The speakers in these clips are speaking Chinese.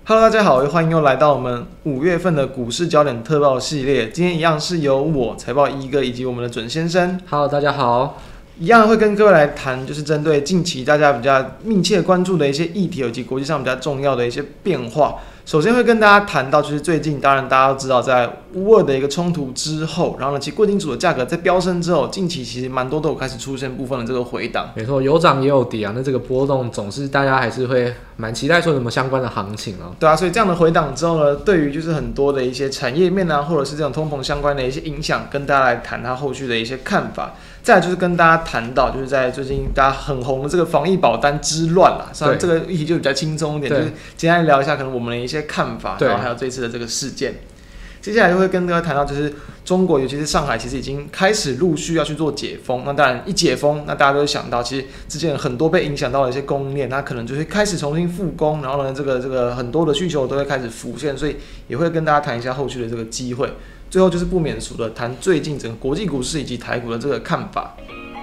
Hello， 大家好，欢迎又来到我们5月份的股市焦点特报系列。今天一样是由我财报一哥以及我们的准先生。 Hello， 大家好。 一样会跟各位来谈，就是针对近期大家比较密切关注的一些议题，以及国际上比较重要的一些变化。首先会跟大家谈到，就是最近当然大家都知道，在乌俄的一个冲突之后，然后呢，其实贵金属的价格在飙升之后，近期其实蛮多都有开始出现部分的这个回档。 没错，有涨也有跌啊，那这个波动总是大家还是会蛮期待说有什么相关的行情啊。 对啊，所以这样的回档之后呢，对于就是很多的一些产业面啊，或者是这种通膨相关的一些影响，跟大家来谈它后续的一些看法。再来就是跟大家谈到，就是在最近大家很红的这个防疫保单之乱啦，所以这个议题就比较轻松一点，就是简单聊一下可能我们的一些看法，然后还有这次的这个事件。接下来就会跟大家谈到，就是中国，尤其是上海，其实已经开始陆续要去做解封。那当然一解封，那大家都会想到，其实之前很多被影响到的一些供应链，它可能就会开始重新复工，然后呢，这个很多的需求都会开始浮现，所以也会跟大家谈一下后续的这个机会。最后就是不免俗的谈最近整个国际股市以及台股的这个看法。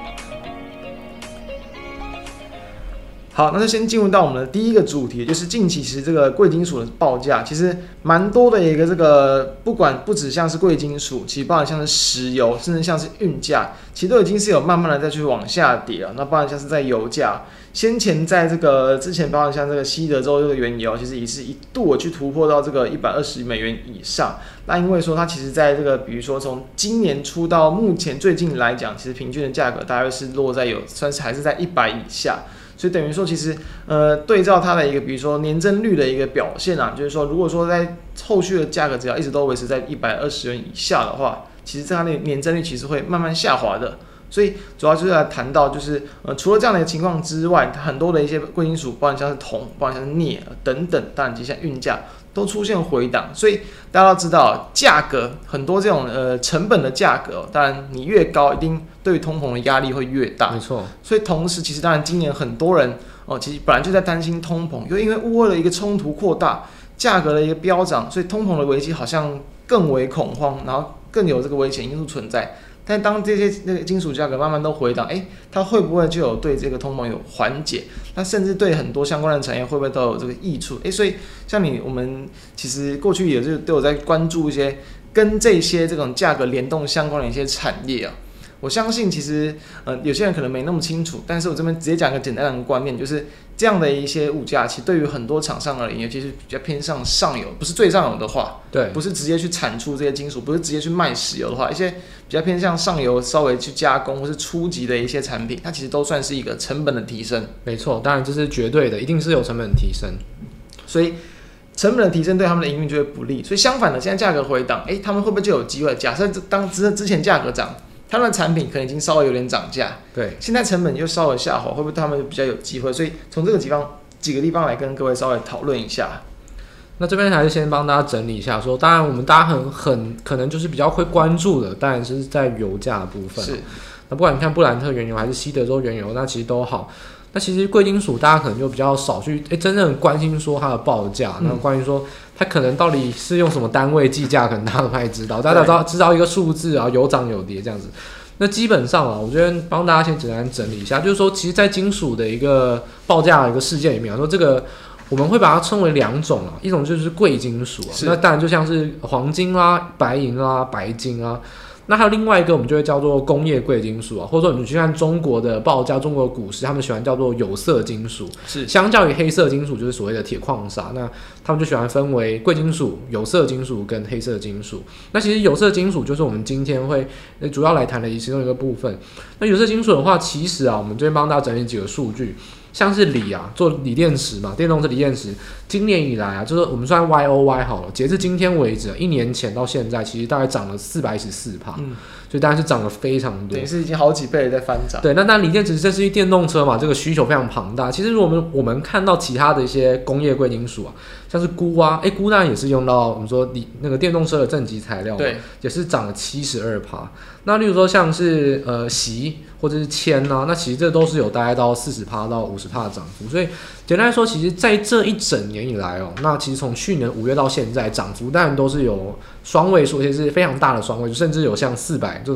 好，那就先进入到我们的第一个主题，就是近期其实这个贵金属的报价，其实蛮多的一个这个，不只像是贵金属，其实包含像是石油，甚至像是运价，其实都已经是有慢慢的再去往下跌了。那包含像是在油价，先前在这个之前，包含像这个西德州这个原油，其实也是一度去突破到这个$120以上。那因为说它其实在这个，比如说从今年初到目前最近来讲，其实平均的价格大约是落在算是还是在100以下。所以等于说，其实对照它的一个，比如说年增率的一个表现啊，就是说，如果说在后续的价格只要一直都维持在$120以下的话，其实它的年增率其实会慢慢下滑的。所以主要就是来谈到，就是除了这样的情况之外，很多的一些贵金属，包含像是铜，包含像是镍等等，当然及像运价都出现回档。所以大家都知道，价格很多这种成本的价格，当然你越高，一定对于通膨的压力会越大。 没错。 所以同时，其实当然今年很多人其实本来就在担心通膨，又因为乌俄的一个冲突扩大，价格的一个飙涨，所以通膨的危机好像更为恐慌，然后更有这个危险因素存在。但当这些那个金属价格慢慢都回档，它会不会就有对这个通膨有缓解？那甚至对很多相关的产业会不会都有这个益处？所以像我们其实过去也是都有在关注一些跟这些这种价格联动相关的一些产业啊。我相信其实有些人可能没那么清楚，但是我这边直接讲一个简单的观念，就是这样的一些物价，其实对于很多厂商而言，尤其是比较偏向上游，不是最上游的话， 对， 不是直接去产出这些金属，不是直接去卖石油的话，一些比较偏向上游，稍微去加工或是初级的一些产品，它其实都算是一个成本的提升。 没错，当然这是绝对的，一定是有成本的提升， 所以成本的提升对他们的营运就会不利。所以相反的，现在价格回档，他们会不会就有机会？假设当之前价格涨，他们的产品可能已经稍微有点涨价， 对， 现在成本又稍微下滑，会不会他们比较有机会？所以从这个几个地方来跟各位稍微讨论一下。 那这边还是先帮大家整理一下说，当然我们大家很可能就是比较会关注的，当然是在油价的部分。 是， 那不管你看布兰特原油还是西德州原油，那其实都好。那其实贵金属大家可能就比较少去真正关心说它的报价，那关于说它可能到底是用什么单位计价，可能大家都不太知道，大家知道一个数字啊，有涨有跌这样子。那基本上啊，我觉得帮大家先简单整理一下，就是说，其实，在金属的一个报价的一个事件里面，说这个我们会把它称为2种啊，一种就是贵金属啊，那当然就像是黄金啦、白银啦、白金啊。那还有另外一个，我们就会叫做工业贵金属啊，或者说你去看中国的报价、中国的股市，他们喜欢叫做有色金属， 是相较于黑色金属，就是所谓的铁矿砂，那他们就喜欢分为贵金属、有色金属跟黑色金属。那其实有色金属就是我们今天会主要来谈的其中一个部分。那有色金属的话，其实啊，我们这边帮大家整理几个数据。像是锂啊，做锂电池嘛，电动车锂电池，今年以来啊，就是我们算 YOY 好了，截至今天为止，1年前到现在，其实大概涨了414%，所以当然是涨了非常多， 等于是已经好几倍在翻涨。 对，那当然锂电池这是电动车嘛，这个需求非常庞大。其实如果我们看到其他的一些工业贵金属啊，像是钴啊，钴当然也是用到我们说那个电动车的正极材料嘛， 对， 也是涨了72%。那例如说像是锡或者是铅啊，那其实这都是有大概到40%到50%的涨幅。所以简单来说，其实在这一整年以来那其实从去年5月到现在，涨幅当然都是有双位数，而且是非常大的双位数，甚至有像400这种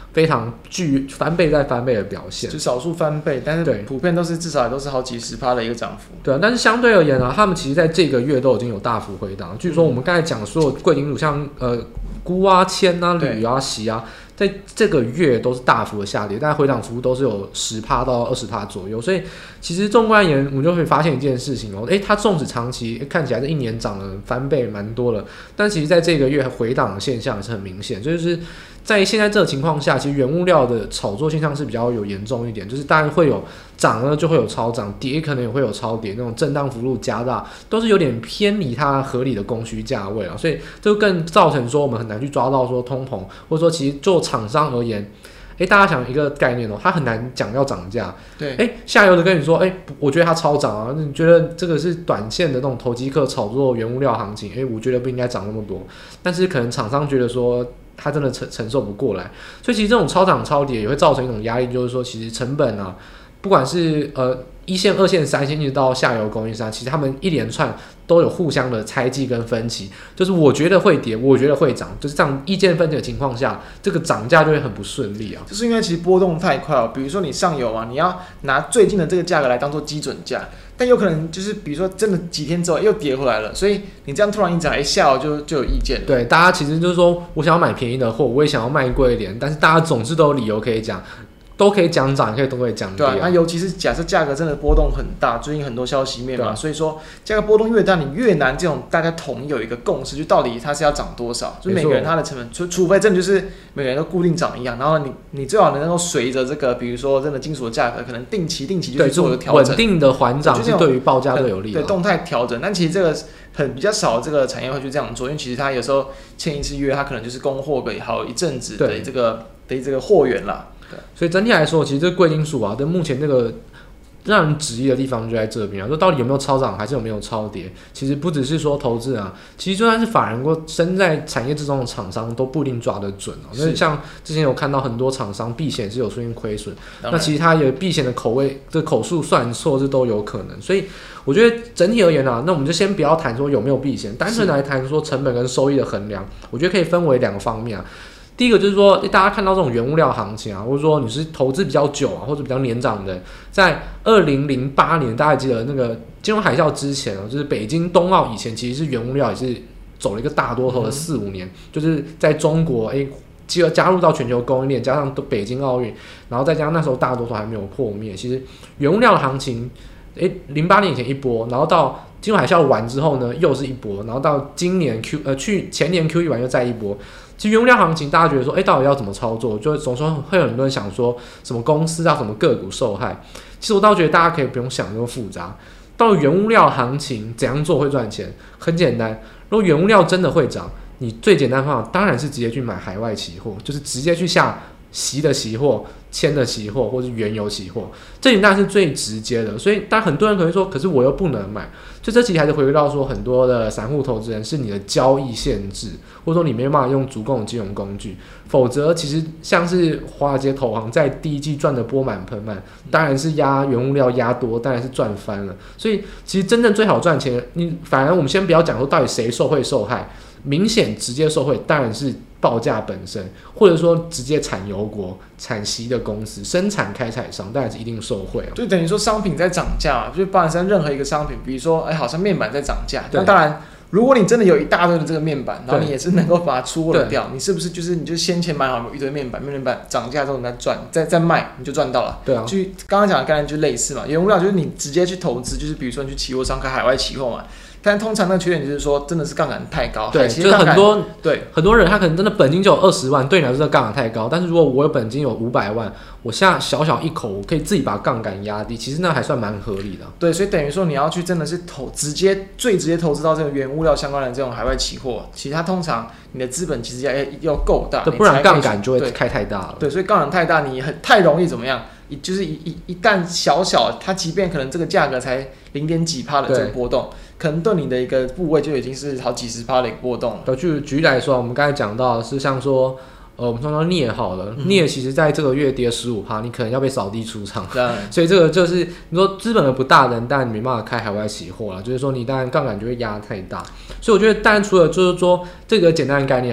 非常具翻倍再翻倍的表现， 就少数翻倍，但是普遍都是至少也都是好几10%的一个涨幅。 对啊，但是相对而言啊，他们其实在这个月都已经有大幅回档。据说我们刚才讲所有贵金属，像钴啊、铅啊、铝啊、锡啊，在这个月都是大幅的下跌，但回档幅度都是有10%到20%左右。所以其实纵观而言，我们就会发现一件事情哦，它纵使长期看起来这一年涨了翻倍蛮多了，但其实在这个月回档的现象也是很明显，就是在现在这个情况下，其实原物料的炒作现象是比较有严重一点，就是当然会有涨呢就会有超涨，跌可能也会有超跌，那种震荡幅度加大，都是有点偏离它合理的供需价位啊，所以这就更造成说我们很难去抓到说通膨，或者说其实就厂商而言。大家想一个概念哦，他很难讲要涨价。 对， 下游的跟你说，我觉得它超涨啊，你觉得这个是短线的那种投机客炒作原物料行情，我觉得不应该涨那么多。但是可能厂商觉得说，他真的承受不过来，所以其实这种超涨超跌也会造成一种压力，就是说，其实成本啊，不管是1线、2线、3线，一直到下游供应商，其实他们一连串都有互相的猜忌跟分歧，就是我觉得会跌，我觉得会涨，就是这样意见分歧的情况下，这个涨价就会很不顺利啊。 就是因为其实波动太快哦，比如说你上游啊，你要拿最近的这个价格来当做基准价，但有可能就是比如说真的几天之后又跌回来了，所以你这样突然一涨，下游就有意见了。 对，大家其实就是说我想要买便宜的货，我也想要卖贵一点，但是大家总是都有理由可以讲。都可以讲涨，都可以讲跌。 对啊，那尤其是假设价格真的波动很大，最近很多消息面嘛，所以说价格波动越大，你越难这种大家统一有一个共识，就到底它是要涨多少，就每个人他的成本，除非真的就是每个人都固定涨一样，然后你最好能够随着这个，比如说真的金属的价格，可能定期就是做一个调整， 稳定的缓涨是对于报价最有利的。 对，动态调整，但其实这个比较少这个产业会去这样做，因为其实它有时候签一次约，它可能就是供货给好一阵子的这个货源啦。 所以整体来说，其实这贵金属啊，跟目前那个让人质疑的地方就在这边啊，说到底有没有超涨，还是有没有超跌？其实不只是说投资啊，其实就算是法人或身在产业之中的厂商，都不一定抓得准啊。所以像之前有看到很多厂商避险是有出现亏损，那其实它有避险的口数算错，这都有可能。所以我觉得整体而言啊，那我们就先不要谈说有没有避险，单纯来谈说成本跟收益的衡量，我觉得可以分为2个方面啊。第一个就是说，大家看到这种原物料行情啊，或者说你是投资比较久啊，或者比较年长的，在2008年，大家记得那个金融海啸之前啊，就是北京冬奥以前，其实是原物料也是走了一个大多头的4-5年，就是在中国加入到全球供应链，加上北京奥运，然后再加上那时候大多头还没有破灭，其实原物料的行情，08年以前一波，然后到金融海啸完之后呢，又是一波，然后到今年前年 Q1 完又再一波。其实原物料行情，大家觉得说，到底要怎么操作？就总说会有很多人想说，什么公司啊，什么个股受害。其实我倒觉得大家可以不用想那么复杂。到底原物料行情怎样做会赚钱？很简单，如果原物料真的会涨，你最简单的方法当然是直接去买海外期货，就是直接去下锡的期货、铅的期货，或是原油期货，这当然是最直接的。所以，但很多人可能说，可是我又不能买。所以这其实还是回归到说，很多的散户投资人是你的交易限制，或者说你没办法用足够的金融工具，否则其实像是华尔街投行在第一季赚的钵满盆满，当然是压原物料压多，当然是赚翻了。所以其实真正最好赚钱，反而我们先不要讲说到底谁受惠受害，明显直接受惠当然是报价本身，或者说直接产油国、产锡的公司、生产开采商，当然是一定受惠。 就等于说商品在涨价，就包含在任何一个商品，比如说，好像面板在涨价，那当然，如果你真的有一大堆的这个面板，然后你也是能够把它出货掉，你是不是你就先前买好一堆面板涨价之后你再卖，你就赚到了。 对啊， 就刚刚讲的概念就类似嘛，原物料就是你直接去投资，就是比如说你去期货商开海外期货嘛。但通常那个缺点就是说，真的是杠杆太高。 对，就是很多人他可能真的本金就有20万，对你来说这杠杆太高。但是如果我有本金有500万，我下小小一口，我可以自己把杠杆压低，其实那还算蛮合理的。 对，所以等于说你要去真的是最直接投资到这个原物料相关的这种海外期货，其实它通常你的资本其实要够大， 不然杠杆就会开太大了。 对，所以杠杆太大，你太容易怎么样？就是一旦小，它即便可能这个价格才0.几%的这个波动，可能对你的一个部位就已经是好几10%的一个波动了。 举例来说，我们刚才讲到的是像说，我们说到镍好了，镍其实在这个月跌15%，你可能要被扫地出场。所以这个就是你说资本额不大的人，但你没办法开海外期货了，就是说你当然杠杆就会压太大。所以我觉得，当然除了就是说这个简单的概念啊。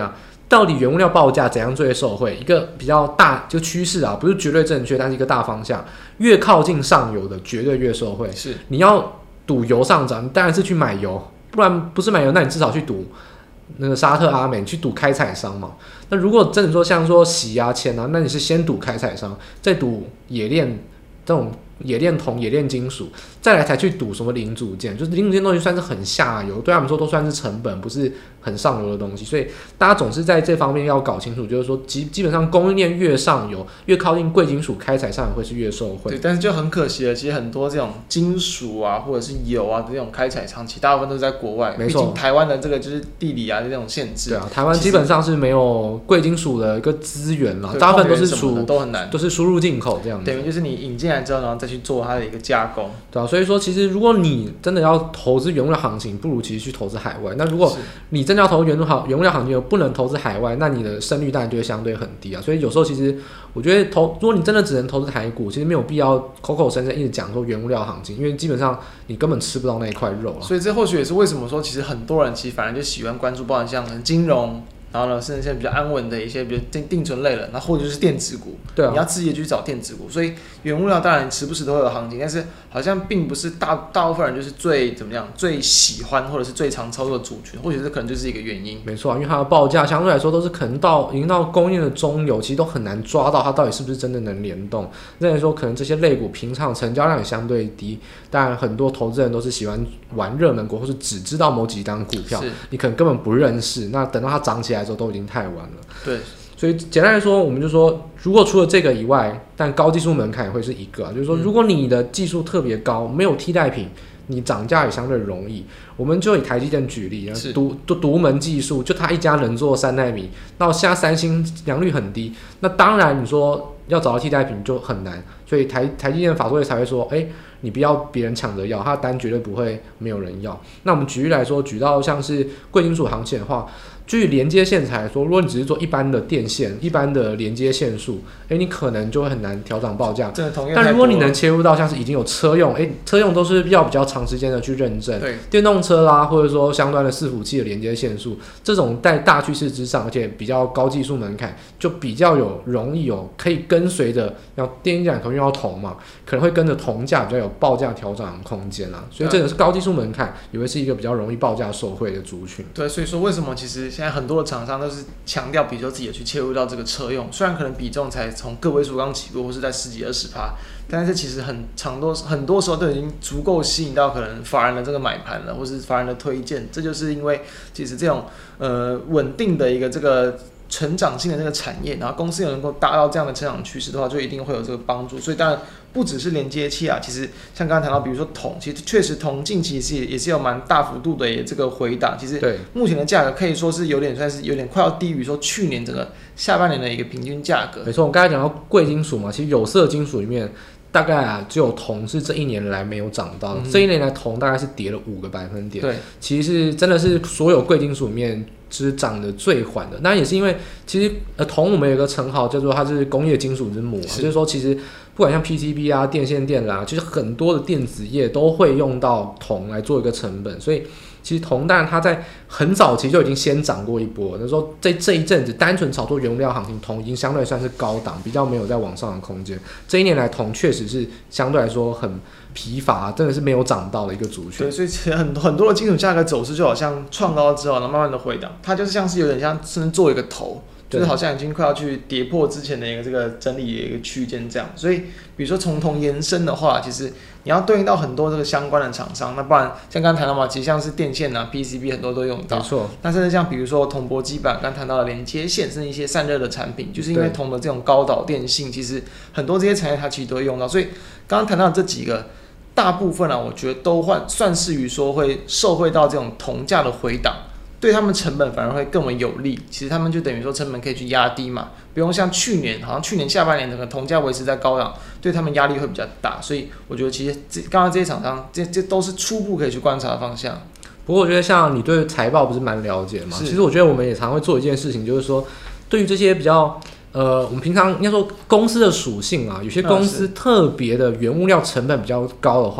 到底原物料报价怎样最受惠？一个比较大就趋势啊，不是绝对正确，但是一个大方向，越靠近上游的绝对越受惠。 是， 你要赌油上涨，你当然是去买油，不然不是买油，那你至少去赌那个沙特阿美，你去赌开采商嘛。那如果真的说像说锡啊、铅啊，那你是先赌开采商，再赌冶炼这种冶炼铜、冶炼金属，再来才去赌什么零组件，就是零组件东西算是很下游，对他们说都算是成本，不是很上游的东西，所以大家总是在这方面要搞清楚，就是说基本上供应链越上游，越靠近贵金属开采上会是越受惠。 对，但是就很可惜了，其实很多这种金属啊，或者是油啊的这种开采厂，其实大部分都是在国外， 没错， 毕竟台湾的这个就是地理啊这种限制。 对啊，台湾基本上是没有贵金属的一个资源啦，大部分都是都很难， 都是输入进口这样子。 等于就是你引进来之后，然后再去做它的一个加工。 对啊，所以说其实如果你真的要投资原物料行情，不如其实去投资海外。那如果你真的要投资原物料行情，又不能投资海外，那你的胜率当然就会相对很低啊。所以有时候其实我觉得如果你真的只能投资台股，其实没有必要口口声声一直讲说原物料行情，因为基本上你根本吃不到那一块肉啊。 所以这或许也是为什么说，其实很多人其实反而就喜欢关注，包含像金融。然后呢，甚至现在比较安稳的一些，比如定存类的，那或者就是电子股， 对啊， 你要自己去找电子股。所以原物料当然时不时都会有行情，但是好像并不是大部分人就是最喜欢或者是最常操作的族群，或许这可能就是一个原因。 没错，因为它的报价相对来说都是可能已经到供应链的中游，其实都很难抓到它到底是不是真的能联动。那来说，可能这些类股平常成交量也相对低，当然很多投资人都是喜欢玩热门股，或是只知道某几档股票，你可能根本不认识。那等到它涨起来的时候，都已经太晚了。 对， 所以简单来说，我们就说，如果除了这个以外，但高技术门槛也会是一个，就是说，如果你的技术特别高，没有替代品，你涨价也相对容易。我们就以台积电举例，独门技术，就它一家能做3奈米，那现在三星良率很低，那当然你说要找到替代品就很难，所以台积电法说会才会说，你不要别人抢着要，它的单绝对不会没有人要。那我们举例来说，举到像是贵金属行情的话，据连接线材来说，如果你只是做一般的电线、一般的连接线束，你可能就会很难调涨报价。但如果你能切入到像是已经有车用，车用都是要比较长时间的去认证，电动车啦，或者说相关的伺服器的连接线束，这种在大趋势之上，而且比较高技术门槛，就比较容易可以跟随着，要电价可能要铜嘛，可能会跟着铜价比较有报价调整的空间啦。所以这个是高技术门槛，也会是一个比较容易报价受惠的族群。 对，所以说为什么其实现在很多的厂商都是强调，比如说自己去切入到这个车用，虽然可能比重才从个位数刚起步，或是在10几20%，但是其实很多时候都已经足够吸引到可能法人的这个买盘了，或是法人的推荐。这就是因为其实这种稳定的一个这个成长性的这个产业，然后公司又能够达到这样的成长趋势的话，就一定会有这个帮助。所以当然不只是连接器啊，其实像刚刚谈到，比如说铜，其实确实铜近期也是有蛮大幅度的这个回档。其实目前的价格可以说是算是有点快要低于说去年整个下半年的一个平均价格。 没错，我刚才讲到贵金属嘛，其实有色金属里面大概只有铜是这1年来没有涨到的，这1年来铜大概是跌了5个百分点。 对，其实是真的是所有贵金属里面是涨得最缓的。那也是因为其实铜我们有一个称号叫做它是工业金属之母，就是说其实不管像 PCB 啊、电线电缆，就是很多的电子业都会用到铜来做一个成本，所以其实铜当然它在很早期就已经先涨过一波，那时候这一阵子单纯炒作原物料行情，铜已经相对算是高档，比较没有在往上的空间。这1年来铜确实是相对来说很疲乏，真的是没有涨到的一个族群。 对，所以其实很多的金属价格走势就好像创高之后，然后慢慢的回档，它就是像是有点像是做一个头。就是好像已经快要去跌破之前的一个这个整理的一个区间这样，所以比如说从铜延伸的话，其实你要对应到很多这个相关的厂商，那不然像刚刚谈到嘛，其实像是电线啊、PCB 很多都用到， 没错。 那甚至像比如说铜箔基板，刚谈到的连接线，甚至一些散热的产品，就是因为铜的这种高导电性，其实很多这些产业它其实都会用到，所以刚刚谈到的这几个大部分啊，我觉得都算是于说会受惠到这种铜价的回档。对他们成本反而会更为有利，其实他们就等于说成本可以去压低嘛，不用像去年下半年整个铜价维持在高档，对他们压力会比较大，所以我觉得其实刚刚这些厂商这都是初步可以去观察的方向。 不过我觉得像你对财报不是蛮了解嘛，其实我觉得我们也常会做一件事情，就是说对于这些比较我们平常应该说公司的属性啊，有些公司特别的原物料成本比较高的话，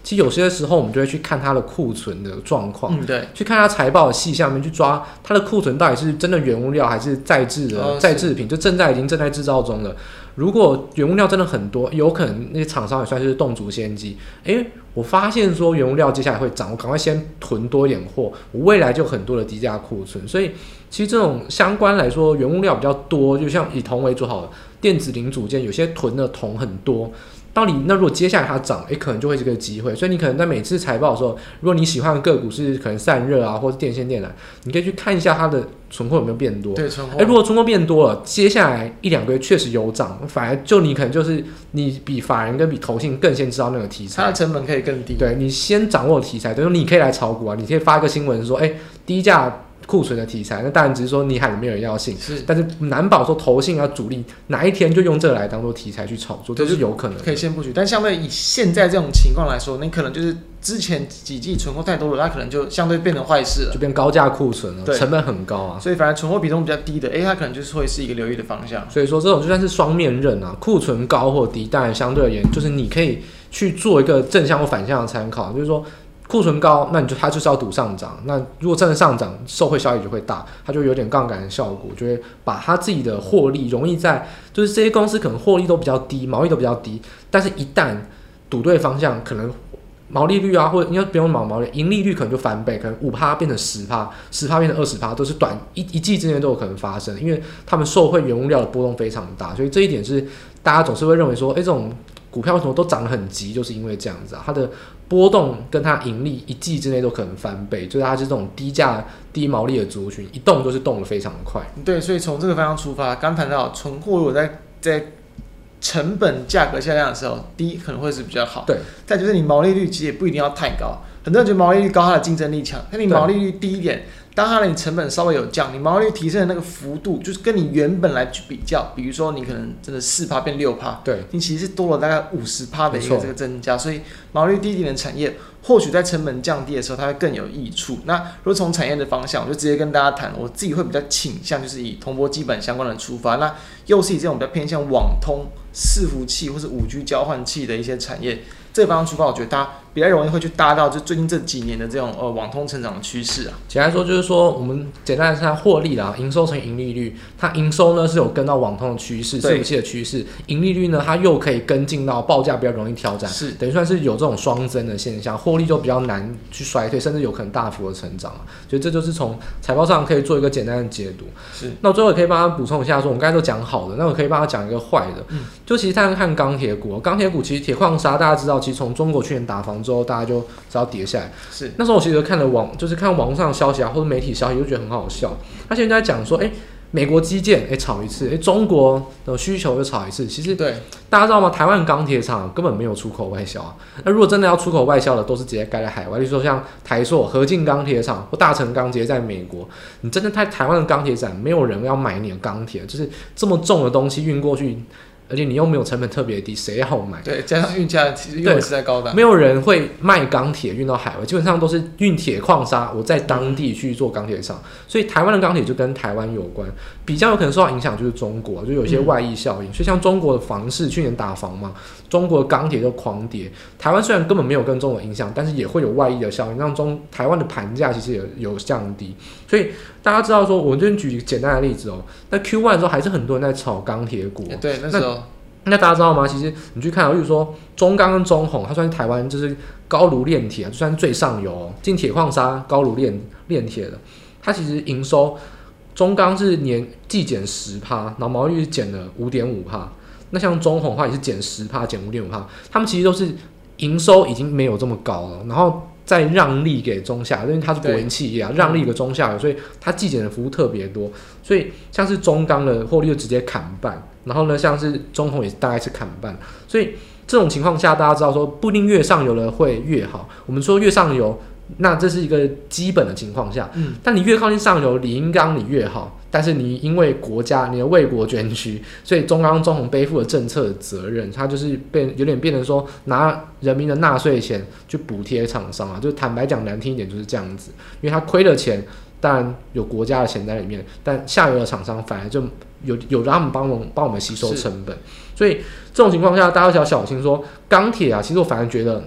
其实有些时候我们就会去看它的库存的状况， 对， 去看它财报的细项面，去抓它的库存到底是真的原物料还是在制的在制品，就正在制造中的。如果原物料真的很多，有可能那些厂商也算是动足先机。我发现说原物料接下来会涨，我赶快先囤多一点货，我未来就很多的低价库存。所以其实这种相关来说，原物料比较多，就像以铜为主好了，电子零组件有些囤的铜很多。到底那如果接下来它涨，可能就会是个机会。所以你可能在每次财报的时候，如果你喜欢的个股是可能散热啊，或是电线电缆，你可以去看一下它的存货有没有变多。 对，存货。 如果存货变多了，接下来1-2个月确实有涨，反而就你可能就是你比法人跟比投信更先知道那个题材， 它的成本可以更低。 对，你先掌握题材，等于你可以来炒股啊，你可以发一个新闻说，低价库存的题材，那当然只是说你喊没有人要信，但是难保说投信啊主力哪一天就用这个来当做题材去炒作，这是有可能的， 可以先布局。但相对以现在这种情况来说，你可能就是之前几季存货太多了，它可能就相对变成坏事了， 就变高价库存了，成本很高啊。 所以反而存货比重比较低的，它可能就是会是一个留意的方向。 所以说这种就算是双面刃啊，库存高或低，当然相对而言就是你可以去做一个正向或反向的参考，就是说。库存高，那它就是要赌上涨。那如果真的上涨，受惠效益就会大，它就有点杠杆的效果，就会把它自己的获利容易在，就是这些公司可能获利都比较低，毛利都比较低，但是一旦赌对方向，可能毛利率啊，或者应该不用毛利，盈利率可能就翻倍，可能5%变成10%，10%变成20%，都是短一季之内都有可能发生，因为他们受惠原物料的波动非常大，所以这一点是大家总是会认为说，这种股票为什么都涨得很急，就是因为这样子啊，它的波动跟它盈利一季之内都可能翻倍，就是它是这种低价低毛利的族群，一动就是动得非常的快。 对，所以从这个方向出发，刚谈到存货如果在成本价格下降的时候，第一可能会是比较好， 对。 再就是你毛利率其实也不一定要太高，很多人觉得毛利率高，它的竞争力强，但你毛利率低一点。当它的你成本稍微有降，你毛利率提升的那个幅度，就是跟你原本来去比较，比如说你可能真的4%变6%， 对， 你其实是多了大概50%的一个这个增加，所以毛利率低一点的产业，或许在成本降低的时候，它会更有益处。那如果从产业的方向，我就直接跟大家谈，我自己会比较倾向就是以铜箔基板相关的出发，那又是以这种比较偏向网通、伺服器或是5G 交换器的一些产业。这个方向出发，我觉得它比较容易会去搭到就最近这几年的这种网通成长的趋势啊。 简单说就是说，我们简单的看获利啦，营收乘以盈利率，它营收呢是有跟到网通的趋势、伺服器的趋势，盈利率呢它又可以跟进到报价比较容易挑战，是等于算是有这种双增的现象，获利就比较难去衰退，甚至有可能大幅的成长啊。所以这就是从财报上可以做一个简单的解读。 是， 那我最后也可以帮他补充一下说，我们刚才都讲好的，那我可以帮他讲一个坏的，就其实大家看钢铁股，钢铁股其实铁矿砂大家知道。其实从中国去年打房之后，大家就知道跌下来。是那时候我其实看了就是看网上的消息啊，或者媒体消息，就觉得很好笑。他现在在讲说，美国基建炒一次，中国的需求又炒一次。其实对大家知道吗？台湾钢铁厂根本没有出口外销啊。那如果真的要出口外销的，都是直接盖在海外，例如说像台塑、合进钢铁厂或大成钢直接在美国。你真的在台湾的钢铁展，没有人要买你的钢铁，就是这么重的东西运过去。而且你又没有成本特别低，谁要买？ 对，加上运价其实又是在高档， 没有人会卖钢铁运到海外，基本上都是运铁矿砂，我在当地去做钢铁厂。所以台湾的钢铁就跟台湾有关，比较有可能受到影响就是中国，就有一些外溢效应。所以像中国的房市去年打房嘛，中国的钢铁就狂跌。台湾虽然根本没有跟中国影响，但是也会有外溢的效应，让台湾的盘价其实也有降低。所以大家知道说，我这边举一个简单的例子哦，那 Q1 的时候还是很多人在炒钢铁股， 对，那时候。 那大家知道吗？其实你去看，比如说中钢跟中红，它算是台湾就是高炉炼铁，就算是最上游进铁矿砂高炉炼铁的。它其实营收中钢是季减10%，然后毛利率减了5.5%。那像中红的话也是减10%，减5.5%。他们其实都是营收已经没有这么高了，然后再让利给中下，因为它是国营企业啊，让利给中下游，所以它季减的服务特别多。所以像是中钢的获利就直接砍半。然后呢，像是中红也大概是砍半，所以这种情况下，大家知道说不一定越上游的会越好。我们说越上游，那这是一个基本的情况下，但你越靠近上游，理应当你越好。但是你因为国家你的为国捐躯，所以中钢、中红背负了政策的责任，它就是有点变成说拿人民的纳税钱去补贴厂商啊，就坦白讲难听一点就是这样子，因为他亏了钱。当然有国家的钱在里面，但下游的厂商反而就有让他们帮我们吸收成本，所以这种情况下，大家要小心说钢铁啊。其实我反而觉得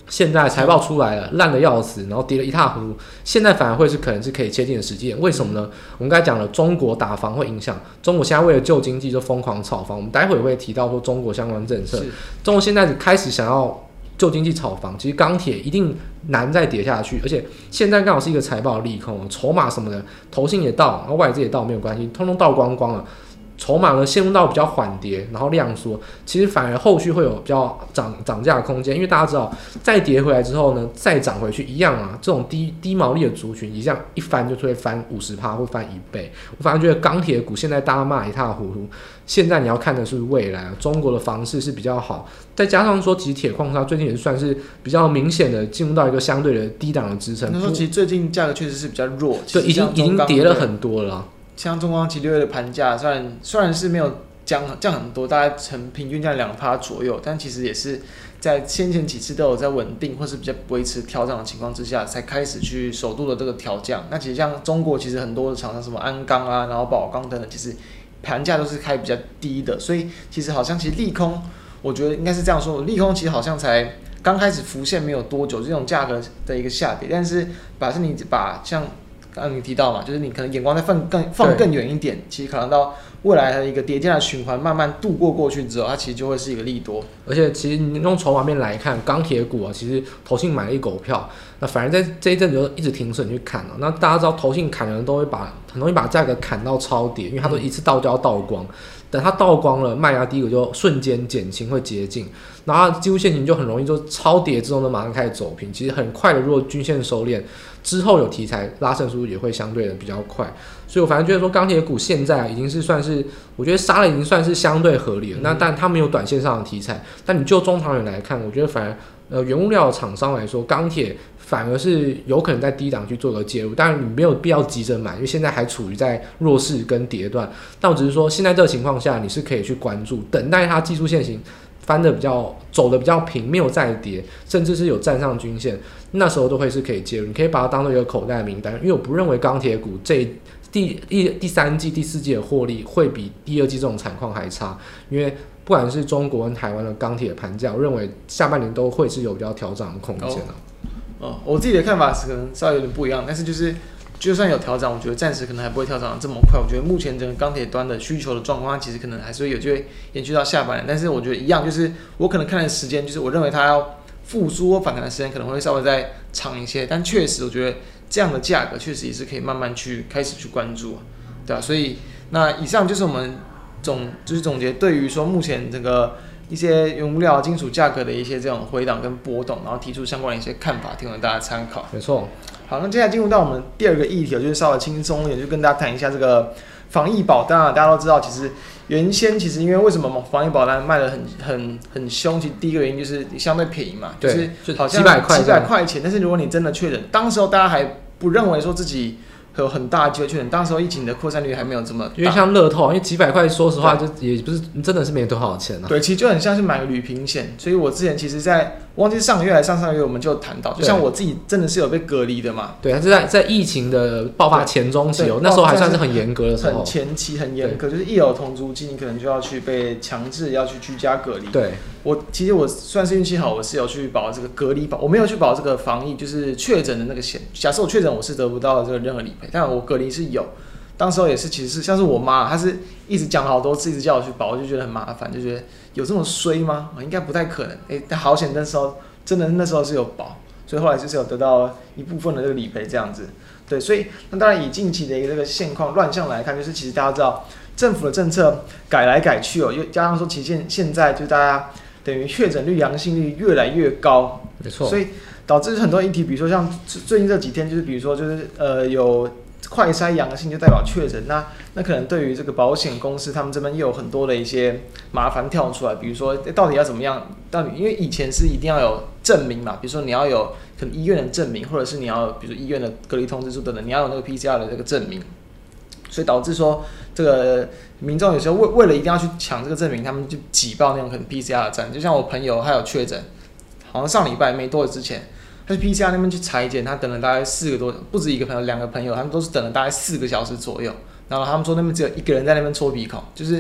现在财报出来了，烂的要死，然后跌了一塌糊涂，现在反而会是可能是可以切进的时机点。为什么呢？我们刚才讲了，中国打房会影响中国现在为了救经济就疯狂炒房，我们待会会提到说中国相关政策。中国现在开始想要救经济炒房，其实钢铁一定难再跌下去，而且现在刚好是一个财报的利空，筹码什么的，投信也到，然后外资也到，没有关系，通通倒光光了。筹码呢陷入到比较缓跌，然后量缩，其实反而后续会有比较涨价的空间，因为大家知道再跌回来之后呢，再涨回去一样啊，这种低毛利的族群，一样一翻就会翻50%或翻1倍。我反而觉得钢铁股现在大家骂一塌糊涂，现在你要看的是未来啊，中国的房市是比较好，再加上说其实铁矿砂最近也算是比较明显的进入到一个相对的低档的支撑。 那说其实最近价格确实是比较弱， 对，已经跌了很多了。 像中钢其实6月的盘价虽然是没有降很多，大概平均降2%左右，但其实也是在先前几次都有在稳定或是比较维持调整的情况之下，才开始去首度的这个调降。那其实像中国其实很多的厂商，什么鞍钢啊，然后宝钢等等，其实盘价都是开比较低的，所以其实利空，我觉得应该是这样说，利空其实好像才刚开始浮现没有多久，这种价格的一个下跌，但是你把像刚刚你提到嘛，就是你可能眼光再放更远一点，其实可能到未来的一个跌价的循环慢慢度过去之后，它其实就会是一个利多。 而且其实你用筹码面来看，钢铁股啊，其实投信买了一狗票，那反而在这一阵子就一直停损去砍了。那大家知道投信砍的人都会很容易把价格砍到超跌，因为它都一次倒就要倒光。等它倒光了，卖压低，我就瞬间减轻，会接近，然后技术线型就很容易就超跌之后呢，马上开始走平。其实很快的，如果均线收敛之后有题材，拉升速度也会相对的比较快。所以我反正觉得说钢铁股现在已经是算是，我觉得杀了已经算是相对合理了。那但它没有短线上的题材，但你就中长远来看，我觉得反而原物料的厂商来说，钢铁反而是有可能在低档去做个介入，当然你没有必要急着买，因为现在还处于在弱势跟跌段。但我只是说，现在这个情况下，你是可以去关注，等待它技术线型走的比较平，没有再跌，甚至是有站上均线，那时候都会是可以介入。你可以把它当做一个口袋名单，因为我不认为钢铁股第三季、第四季的获利会比第二季这种惨况还差，因为不管是中国跟台湾的钢铁盘价，我认为下半年都会是有比较调整的空间的。 我自己的看法是可能稍微有点不一样，但是就算有调整，我觉得暂时可能还不会调整这么快。我觉得目前整个钢铁端的需求的状况，其实可能还是会有机会延续到下半年。但是我觉得一样，就是我可能看的时间，就是我认为它要复苏或反弹的时间可能会稍微再长一些。但确实，我觉得这样的价格确实也是可以慢慢开始去关注，对吧？所以那以上就是我们总结对于说目前这个一些原物料、金属价格的一些这种回档跟波动，然后提出相关的一些看法，提供大家参考。 没错。 好，那接下来进入到我们第二个议题，就是稍微轻松一点，就跟大家谈一下这个防疫保单啊。大家都知道，其实原先因为为什么防疫保单卖得很凶，其实第一个原因就是相对便宜嘛，就是好像几百块钱。但是如果你真的确诊，当时候大家还不认为说自己有很大的机会确诊，当时候疫情的扩散率还没有这么大， 因为像乐透，因为几百块，说实话就也不是真的是没多少钱啊。 对，其实就很像是买个旅平险，所以我之前其实在忘记上个月还是上个月我们就谈到，就像我自己真的是有被隔离的嘛。 对，它是在疫情的爆发前中期那时候还算是很严格的时候， 很前期很严格，就是一有同足迹，你可能就要去被强制要去居家隔离。 对， 其实我算是运气好，我是有去保这个隔离保，我没有去保这个防疫，就是确诊的那个险。假设我确诊，我是得不到这个任何理赔，但我隔离是有。当时候也是，其实是像是我妈，她是一直讲了好多次，一直叫我去保，我就觉得很麻烦，就觉得有这么衰吗？应该不太可能。但好险那时候真的那时候是有保，所以后来就是有得到一部分的这个理赔这样子。对，所以那当然以近期的一个这个现况乱象来看，就是其实大家知道政府的政策改来改去又加上说其实现在就大家等于确诊率、阳性率越来越高， 没错， 所以导致很多议题，比如说像最近这几天，就是比如说有快筛阳性就代表确诊，那可能对于这个保险公司他们这边又有很多的一些麻烦跳出来，比如说到底要怎么样？因为以前是一定要有证明嘛，比如说你要有可能医院的证明，或者是你要比如说医院的隔离通知书等等，你要有那个 PCR 的这个证明，所以导致说这个民众有时候为了一定要去抢这个证明，他们就挤爆那种可能 PCR 的站，就像我朋友他有确诊，好像上礼拜没多久之前。他去 PCR 那边去裁剪，他等了大概4个多，不止一个朋友，2个朋友，他们都是等了大概4个小时左右。然后他们说那边只有1个人在那边搓鼻孔，就是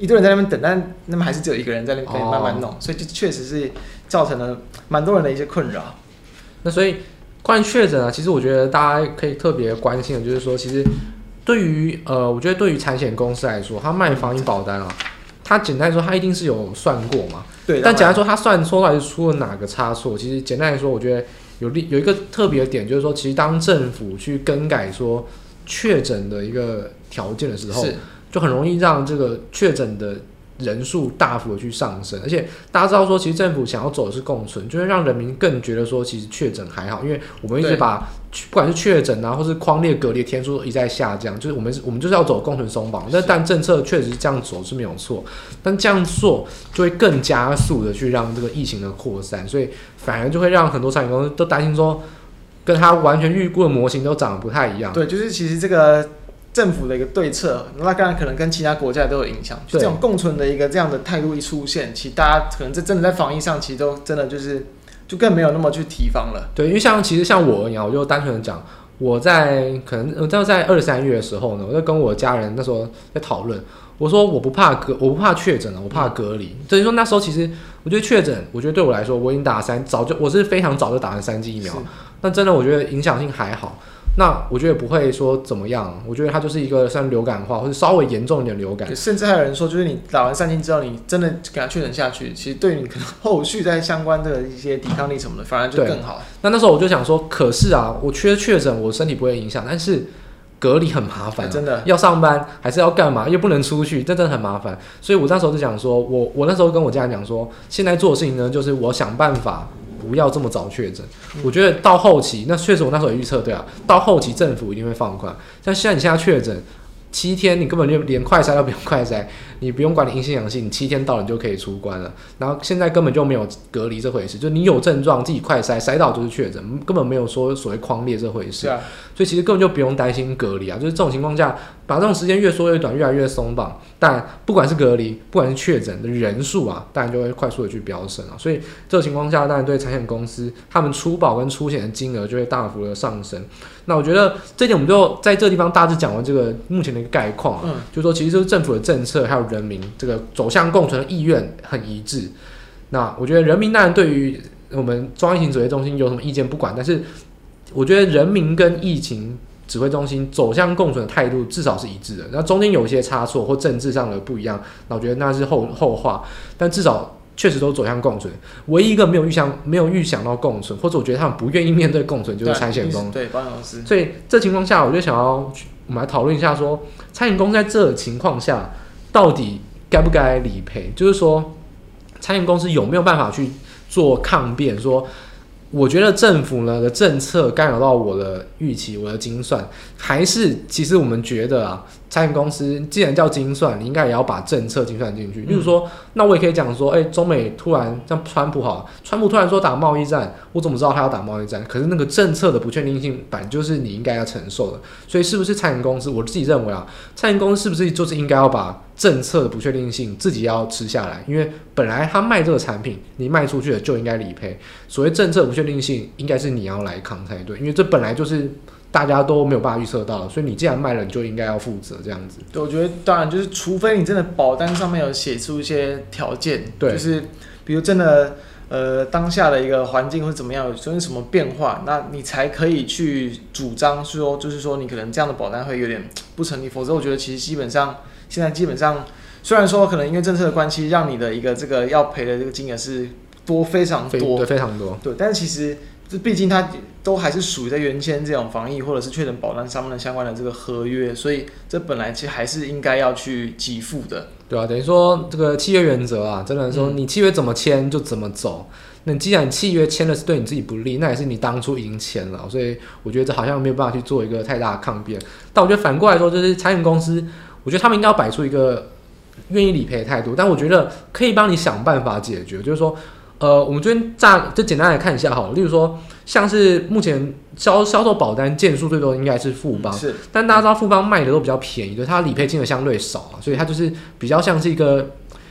一堆人在那边等，但那么还是只有一个人在那边可以慢慢弄，所以就确实是造成了蛮多人的一些困扰。 那所以关于确诊啊，其实我觉得大家可以特别关心的就是说，其实对于我觉得对于产险公司来说，他卖防疫保单啊，他简单来说他一定是有算过嘛， 对。 但简单说他算出来是出了哪个差错，其实简单来说，我觉得有一个特别的点，就是说，其实当政府去更改说确诊的一个条件的时候，就很容易让这个确诊的人数大幅的去上升，而且大家知道说，其实政府想要走的是共存，就会让人民更觉得说，其实确诊还好，因为我们一直把不管是确诊啊，或是匡列隔离天数一直在下降，就是我们就是要走共存松绑，但政策确实这样走是没有错，但这样做就会更加速的去让这个疫情的扩散，所以反而就会让很多产业公司都担心说，跟他完全预估的模型都长得不太一样。 对，就是其实这个政府的一个对策，那当然可能跟其他国家都有影响。就这种共存的一个这样的态度一出现，其实大家可能真的在防疫上，其实都真的就更没有那么去提防了。 对，因为其实像我而言，我就单纯的讲，我在在2、3月的时候呢，我在跟我家人那时候在讨论，我说我不怕确诊了，我怕隔离。等于说那时候其实我觉得确诊，我觉得对我来说，我已经我是非常早就打完3剂疫苗，那真的我觉得影响性还好。那我觉得不会说怎么样，我觉得它就是一个像流感化或者稍微严重一点流感。 甚至还有人说，就是你打完3剂之后，你真的给它确诊下去，其实对你可能后续在相关的一些抵抗力什么的，反而就更好。 那时候我就想说，可是啊，我确诊，我身体不会影响，但是隔离很麻烦、 真的要上班还是要干嘛，又不能出去，这真的很麻烦。所以我那时候就讲说，我那时候跟我家人讲说，现在做的事情呢，就是我想办法不要这么早确诊。我觉得到后期，那确实我那时候也预测对啊，到后期政府一定会放宽。像现在确诊7天，你根本就连快筛都不用快筛，你不用管你阴性阳性，你7天到了你就可以出关了。然后现在根本就没有隔离这回事，就你有症状自己快筛到就是确诊，根本没有说所谓匡列这回事。所以其实根本就不用担心隔离啊，就是这种情况下，把这种时间越缩越短，越来越松绑。但不管是隔离，不管是确诊的人数啊，当然就会快速的去飙升啊。所以这种情况下，当然对产险公司他们出保跟出险的金额就会大幅的上升。那我觉得这点我们就在这个地方大致讲完这个目前的一个概况啊，就是说其实就是政府的政策还有人民这个走向共存的意愿很一致。那我觉得人民当然对于我们中央疫情指挥中心有什么意见不管，但是我觉得人民跟疫情指挥中心走向共存的态度至少是一致的，那中间有一些差错或政治上的不一样，那我觉得那是后话，但至少确实都走向共存。唯一一个没有预想到共存，或者我觉得他们不愿意面对共存，就是产险公司。 对，保险公司。 所以这情况下，我就想要我们来讨论一下说，产险公司在这情况下到底该不该理赔？就是说，产险公司有没有办法去做抗辩？说，我觉得政府呢的政策干扰到我的预期、我的精算，还是其实我们觉得啊，产险公司既然叫精算，你应该也要把政策精算进去。例如说，那我也可以讲说，中美突然像川普好了，川普突然说打贸易战，我怎么知道他要打贸易战？可是那个政策的不确定性本就是你应该要承受的。所以是不是产险公司？我自己认为啊，产险公司是不是就是应该要把政策的不确定性自己要吃下来？因为本来他卖这个产品，你卖出去了就应该理赔。所谓政策不确定性，应该是你要来扛才对，因为这本来就是大家都没有办法预测到的，所以你既然卖了，你就应该要负责这样子。 对，我觉得当然就是，除非你真的保单上面有写出一些条件，对，就是比如真的当下的一个环境会怎么样，有出现什么变化，那你才可以去主张说，就是说你可能这样的保单会有点不成立，否则我觉得其实现在基本上，虽然说可能因为政策的关系，让你的一个这个要赔的这个金额是非常多， 对，非常多， 对，但是其实这毕竟它都还是属于在原先这种防疫或者是确诊保单上面的相关的这个合约，所以这本来其实还是应该要去给付的。 对啊，等于说这个契约原则啊，真的说你契约怎么签就怎么走。那既然契约签的是对你自己不利，那也是你当初已经签了，所以我觉得这好像没有办法去做一个太大的抗辩。但我觉得反过来说，就是产险公司，我觉得他们应该要摆出一个愿意理赔的态度，但我觉得可以帮你想办法解决，就是说。我们这边就简单来看一下好了，例如说，像是目前销售保单件数最多的应该是富邦， 是， 但大家知道富邦卖的都比较便宜，就是它理赔金额相对少啊，所以它就是比较像是一个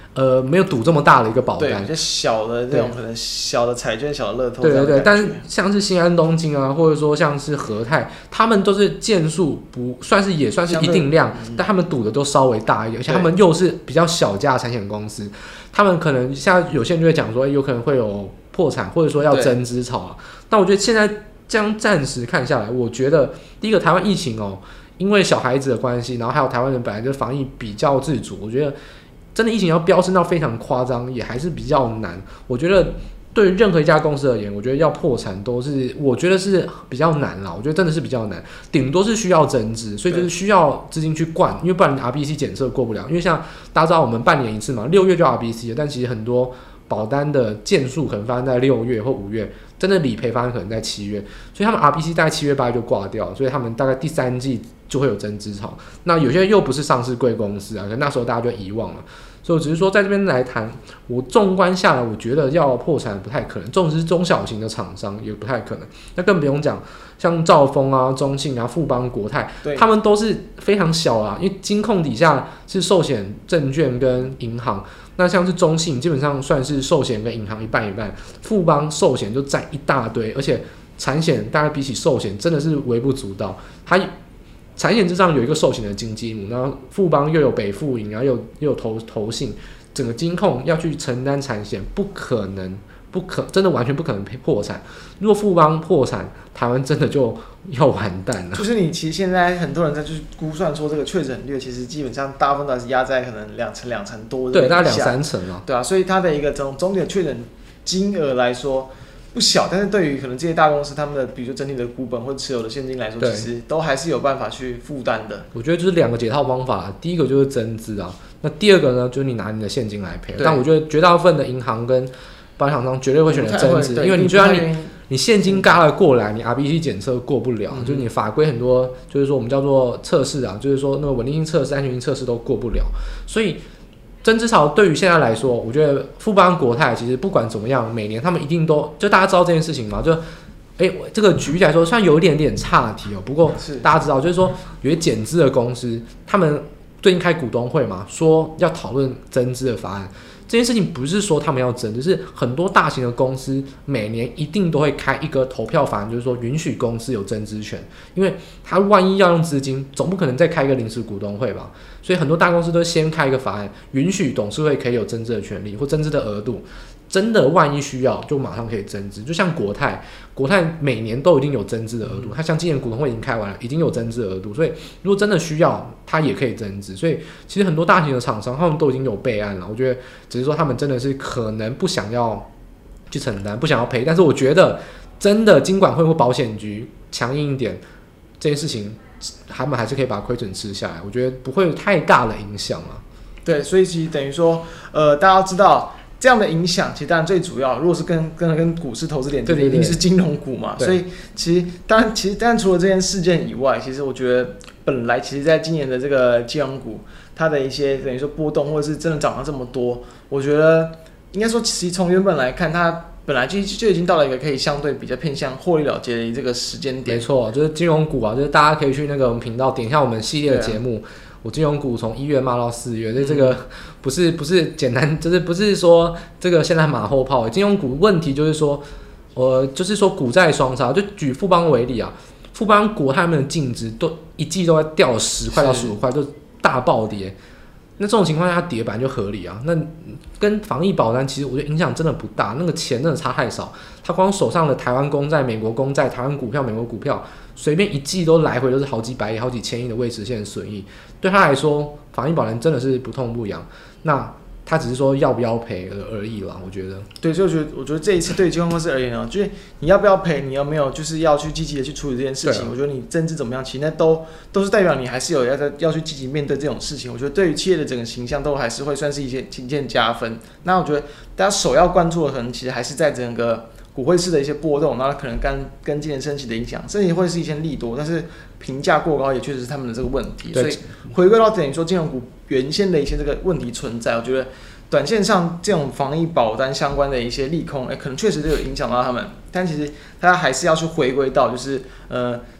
没有赌这么大的一个保单， 对，比较小的这种可能小的彩券、小的乐透， 对对对。但是像是新安东京啊，或者说像是和泰，他们都是件数不算是也算是一定量，但他们赌的都稍微大一点，而且他们又是比较小家的产险公司，他们可能像有些人就会讲说，有可能会有破产，或者说要增资潮啊。但我觉得现在这样暂时看下来，我觉得第一个台湾疫情因为小孩子的关系，然后还有台湾人本来就防疫比较自主，我觉得真的疫情要飙升到非常夸张，也还是比较难。我觉得对于任何一家公司而言，我觉得要破产都是，我觉得是比较难啦。我觉得真的是比较难，顶多是需要增资，所以就是需要资金去灌，因为不然你 RBC 检测过不了。因为像大家知道我们半年一次嘛，6月就 RBC 了，但其实很多保单的件数可能发生在6月或5月，真的理赔发生可能在7月，所以他们 RBC 大概7月8月就挂掉，所以他们大概第3季就会有增资潮。那有些又不是上市贵公司啊，可能那时候大家就遗忘了。所以我只是说在这边来谈，我纵观下来，我觉得要破产不太可能，纵使是中小型的厂商也不太可能。那更不用讲像兆丰啊、中信啊、富邦、国泰，他们都是非常小啊，因为金控底下是寿险、证券跟银行。那像是中信基本上算是寿险跟银行一半一半，富邦寿险就占一大堆，而且产险大概比起寿险真的是微不足道。它产险之上有一个寿险的金鸡母，然后富邦又有北富银，然后又有投信，整个金控要去承担产险，真的完全不可能破产。如果富邦破产，台湾真的就要完蛋了。 就是你其实现在很多人在就是估算说这个确诊率，其实基本上大部分都是压在可能2成多， 对，大概2-3成啊。 对啊，所以它的一个总体的确诊金额来说不小，但是对于可能这些大公司他们的比如说整体的股本或者持有的现金来说，其实都还是有办法去负担的。 我觉得就是2个解套方法，第一个就是增资啊，那第二个呢就是你拿你的现金来赔。但我觉得绝大部分的银行跟保险厂商绝对会选择增资，因为你就算你现金嘎了过来，你 RBC 检测过不了，就是你法规很多，就是说我们叫做测试啊，就是说那个稳定性测试、安全性测试都过不了，所以增资潮对于现在来说，我觉得富邦、国泰其实不管怎么样，每年他们一定都就大家知道这件事情嘛，就这个举例来说，虽然有一点点岔题不过大家知道，就是说有些减资的公司，他们最近开股东会嘛，说要讨论增资的法案。这件事情不是说他们要增，只是很多大型的公司每年一定都会开一个投票法案，就是说允许公司有增资权，因为他万一要用资金，总不可能再开一个临时股东会吧，所以很多大公司都先开一个法案，允许董事会可以有增资的权利或增资的额度，真的万一需要就马上可以增资。就像国泰每年都一定有增资的额度，它像今年股东会已经开完了，已经有增资的额度，所以如果真的需要，它也可以增资。所以其实很多大型的厂商他们都已经有备案了，我觉得只是说他们真的是可能不想要去承担，不想要赔，但是我觉得真的金管会或保险局强硬一点，这件事情他们还是可以把亏损吃下来，我觉得不会有太大的影响啊。 对，所以其实等于说大家要知道这样的影响，其实当然最主要，如果是跟股市投资连接的，一定是金融股嘛。所以其实当然除了这件事件以外，其实我觉得本来其实在今年的这个金融股，它的一些等于说波动，或者是真的涨了这么多，我觉得应该说，其实从原本来看，它本来就已经到了一个可以相对比较偏向获利了结的这个时间点。 没错，就是金融股啊，就是大家可以去那个我们频道点一下我们系列的节目。我金融股从1月骂到4月，所以这个不是简单，就是不是说这个现在马后炮。金融股问题就是说，就是说股债双杀。就举富邦为例啊，富邦国泰他们的净值都一季都在掉10块到15块，就大暴跌。那这种情况下，它跌本来就合理啊。那跟防疫保单其实我觉得影响真的不大，那个钱真的差太少。他光手上的台湾公债、美国公债、台湾股票、美国股票，随便一季都来回都是好几百亿、好几千亿的未实现损益。对他来说，防疫保单真的是不痛不痒。那他只是说要不要赔而已啦，我觉得。对， 所以我觉得这一次对金融公司而言就是你要不要赔，你有没有就是要去积极的去处理这件事情。我觉得你政治怎么样，其实那都是代表你还是有要去积极面对这种事情。我觉得对于企业的整个形象都还是会算是一件加分。那我觉得大家首要关注的可能其实还是在整个股汇市的一些波动，然后可能跟今年升息的影响，甚至会是一些利多，但是评价过高也确实是他们的这个问题。所以回归到等于说金融股原先的一些这个问题存在，我觉得短线上这种防疫保单相关的一些利空，可能确实都有影响到他们，但其实大家还是要去回归到就是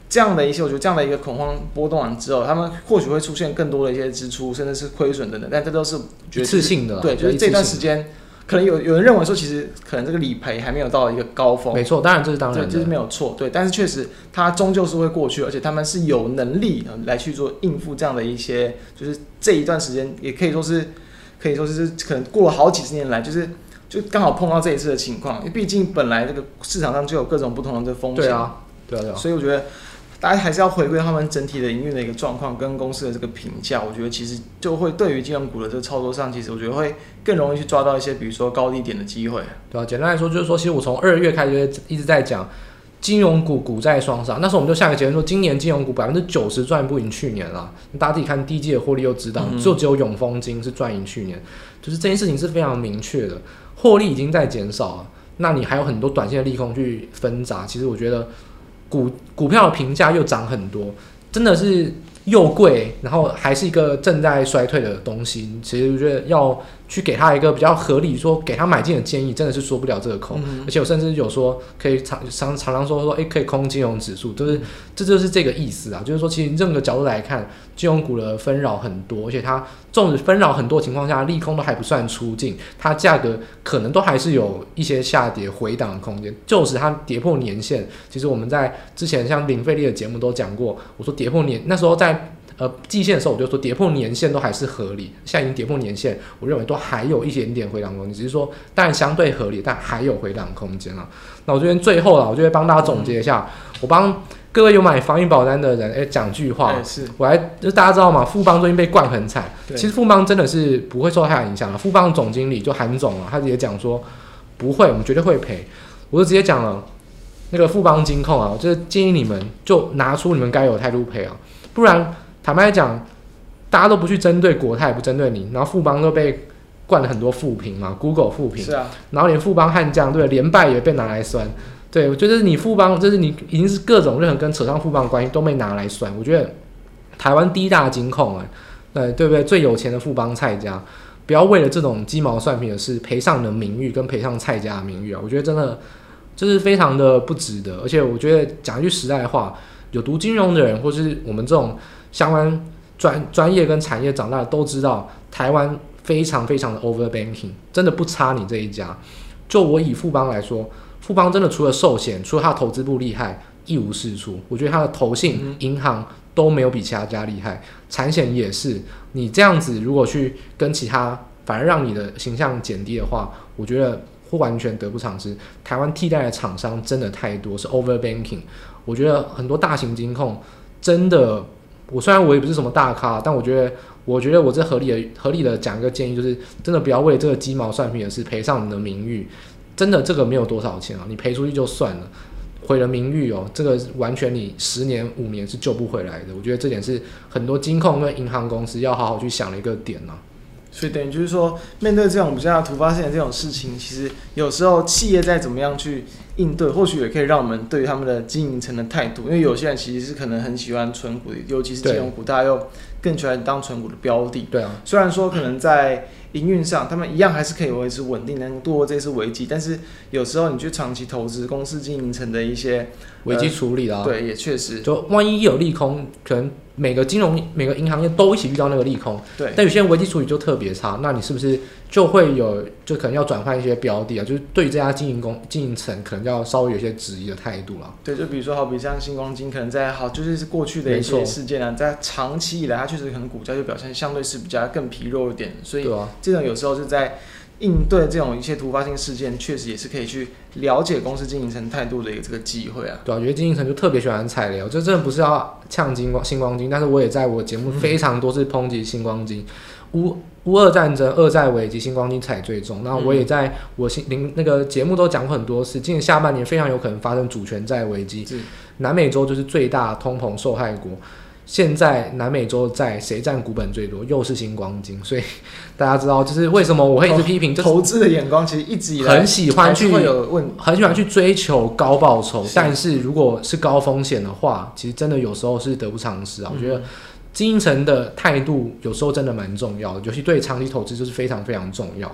这样的一些，我觉得这样的一个恐慌波动完之后，他们或许会出现更多的一些支出，甚至是亏损等等，但这都是一次性的啦， 对，就是这段时间。可能有人认为说，其实可能这个理赔还没有到一个高峰， 没错，当然这是当然的， 对，这是没有错，对，但是确实它终究是会过去，而且他们是有能力来去做应付这样的一些，就是这一段时间也可以说是可能过了好几十年来，就刚好碰到这一次的情况，因为毕竟本来这个市场上就有各种不同的风险， 对啊， 所以我觉得。大家还是要回归他们整体的营运的一个状况跟公司的这个评价，我觉得其实就会对于金融股的这个操作上，其实我觉得会更容易去抓到一些比如说高低点的机会。 对啊，简单来说就是说，其实我从2月开始就一直在讲金融股股债双杀，那时候我们就下个结论说，今年金融股90%赚不赢去年啦。大家自己看第一季的获利又知道，只有永丰金是赚赢去年，就是这件事情是非常明确的，获利已经在减少了，那你还有很多短线的利空去分砸，其实我觉得。股票的评价又涨很多，真的是又贵，然后还是一个正在衰退的东西。其实我觉得要去给他一个比较合理，说给他买进的建议，真的是说不了这个口。而且我甚至有说可以常说，可以空金融指数，这就是这个意思啊。就是说，其实任何角度来看，金融股的纷扰很多，而且它纵使纷扰很多的情况下，利空都还不算出尽，它价格可能都还是有一些下跌回档的空间。就使它跌破年线，其实我们在之前像零费力的节目都讲过，我说跌破年那时候在。季线的时候我就说跌破年线都还是合理，现在已经跌破年线，我认为都还有一点点回档空间，只是说当然相对合理，但还有回档空间啦。那我这边最后啦，我就会帮大家总结一下，我帮各位有买防疫保单的人，讲句话，我来就大家知道嘛，富邦最近被灌很惨，其实富邦真的是不会受太大影响了。富邦总经理就韩总啊，他直接讲说不会，我们绝对会赔，我就直接讲了，那个富邦金控啊，我就是建议你们就拿出你们该有的态度赔啊，不然。坦白讲，大家都不去针对国泰，也不针对你，然后富邦都被灌了很多负评嘛 ，Google 负评， 是啊， 然后连富邦悍将对连败也被拿来酸，对我觉得你富邦就是你已经是各种任何跟扯上富邦的关系都被拿来酸，我觉得台湾第一大金控对不对？最有钱的富邦蔡家，不要为了这种鸡毛蒜皮的事赔上你的名誉跟赔上蔡家的名誉啊，我觉得真的就是非常的不值得，而且我觉得讲一句实在话，有读金融的人或是我们这种。相关专业跟产业长大的都知道，台湾非常非常的 overbanking， 真的不差你这一家。就我以富邦来说，富邦真的除了寿险，除了它的投资部厉害，一无是处。我觉得它的投信、银行都没有比其他家厉害，产险也是。你这样子如果去跟其他，反而让你的形象减低的话，我觉得会完全得不偿失。台湾替代的厂商真的太多，是 overbanking。我觉得很多大型金控真的。虽然我也不是什么大咖，但我觉得我这合理的讲一个建议，就是真的不要为这个鸡毛蒜皮的事赔上你的名誉。真的这个没有多少钱啊，你赔出去就算了，毁了名誉这个完全你10年5年是救不回来的。我觉得这点是很多金控跟银行公司要好好去想的一个点啊。 所以等于就是说，面对这种比较突发性的这种事情，其实有时候企业再怎么样去应对，或许也可以让我们对于他们的经营层的态度，因为有些人其实是可能很喜欢存股的，尤其是金融股，大家又更喜欢当存股的标的。 对啊， 虽然说可能在营运上，他们一样还是可以维持稳定，能度过这次危机，但是有时候你去长期投资公司经营层的一些危机处理啦， 对，也确实， 就万一有利空，可能每个银行业都一起遇到那个利空， 对， 但有些人危机处理就特别差，那你是不是就会就可能要转换一些标的啊？就是对于这家经营层，可能要稍微有一些质疑的态度啦。 对，就比如说好比像星光金，可能在就是过去的一些事件啊，在长期以来，它确实可能股价就表现相对是比较更疲弱一点，所以这种有时候是在应对这种一些突发性事件，确实也是可以去了解公司经营层态度的一个这个机会啊。 对啊，我觉得经营层就特别喜欢踩雷，这真的不是要呛星光金，但是我也在我节目非常多次抨击星光金。乌俄战争、二战危机，星光金踩最重。那我也在我那个节目都讲过很多次，今年下半年非常有可能发生主权债危机。南美洲就是最大通膨受害国。现在南美洲债谁占股本最多？又是星光金，所以大家知道，就是为什么我会一直批评， 投资的眼光其实一直以来很喜欢去追求高报酬，但是如果是高风险的话，其实真的有时候是得不偿失啊。我觉得经营层的态度有时候真的蛮重要的，尤其对长期投资就是非常非常重要啊。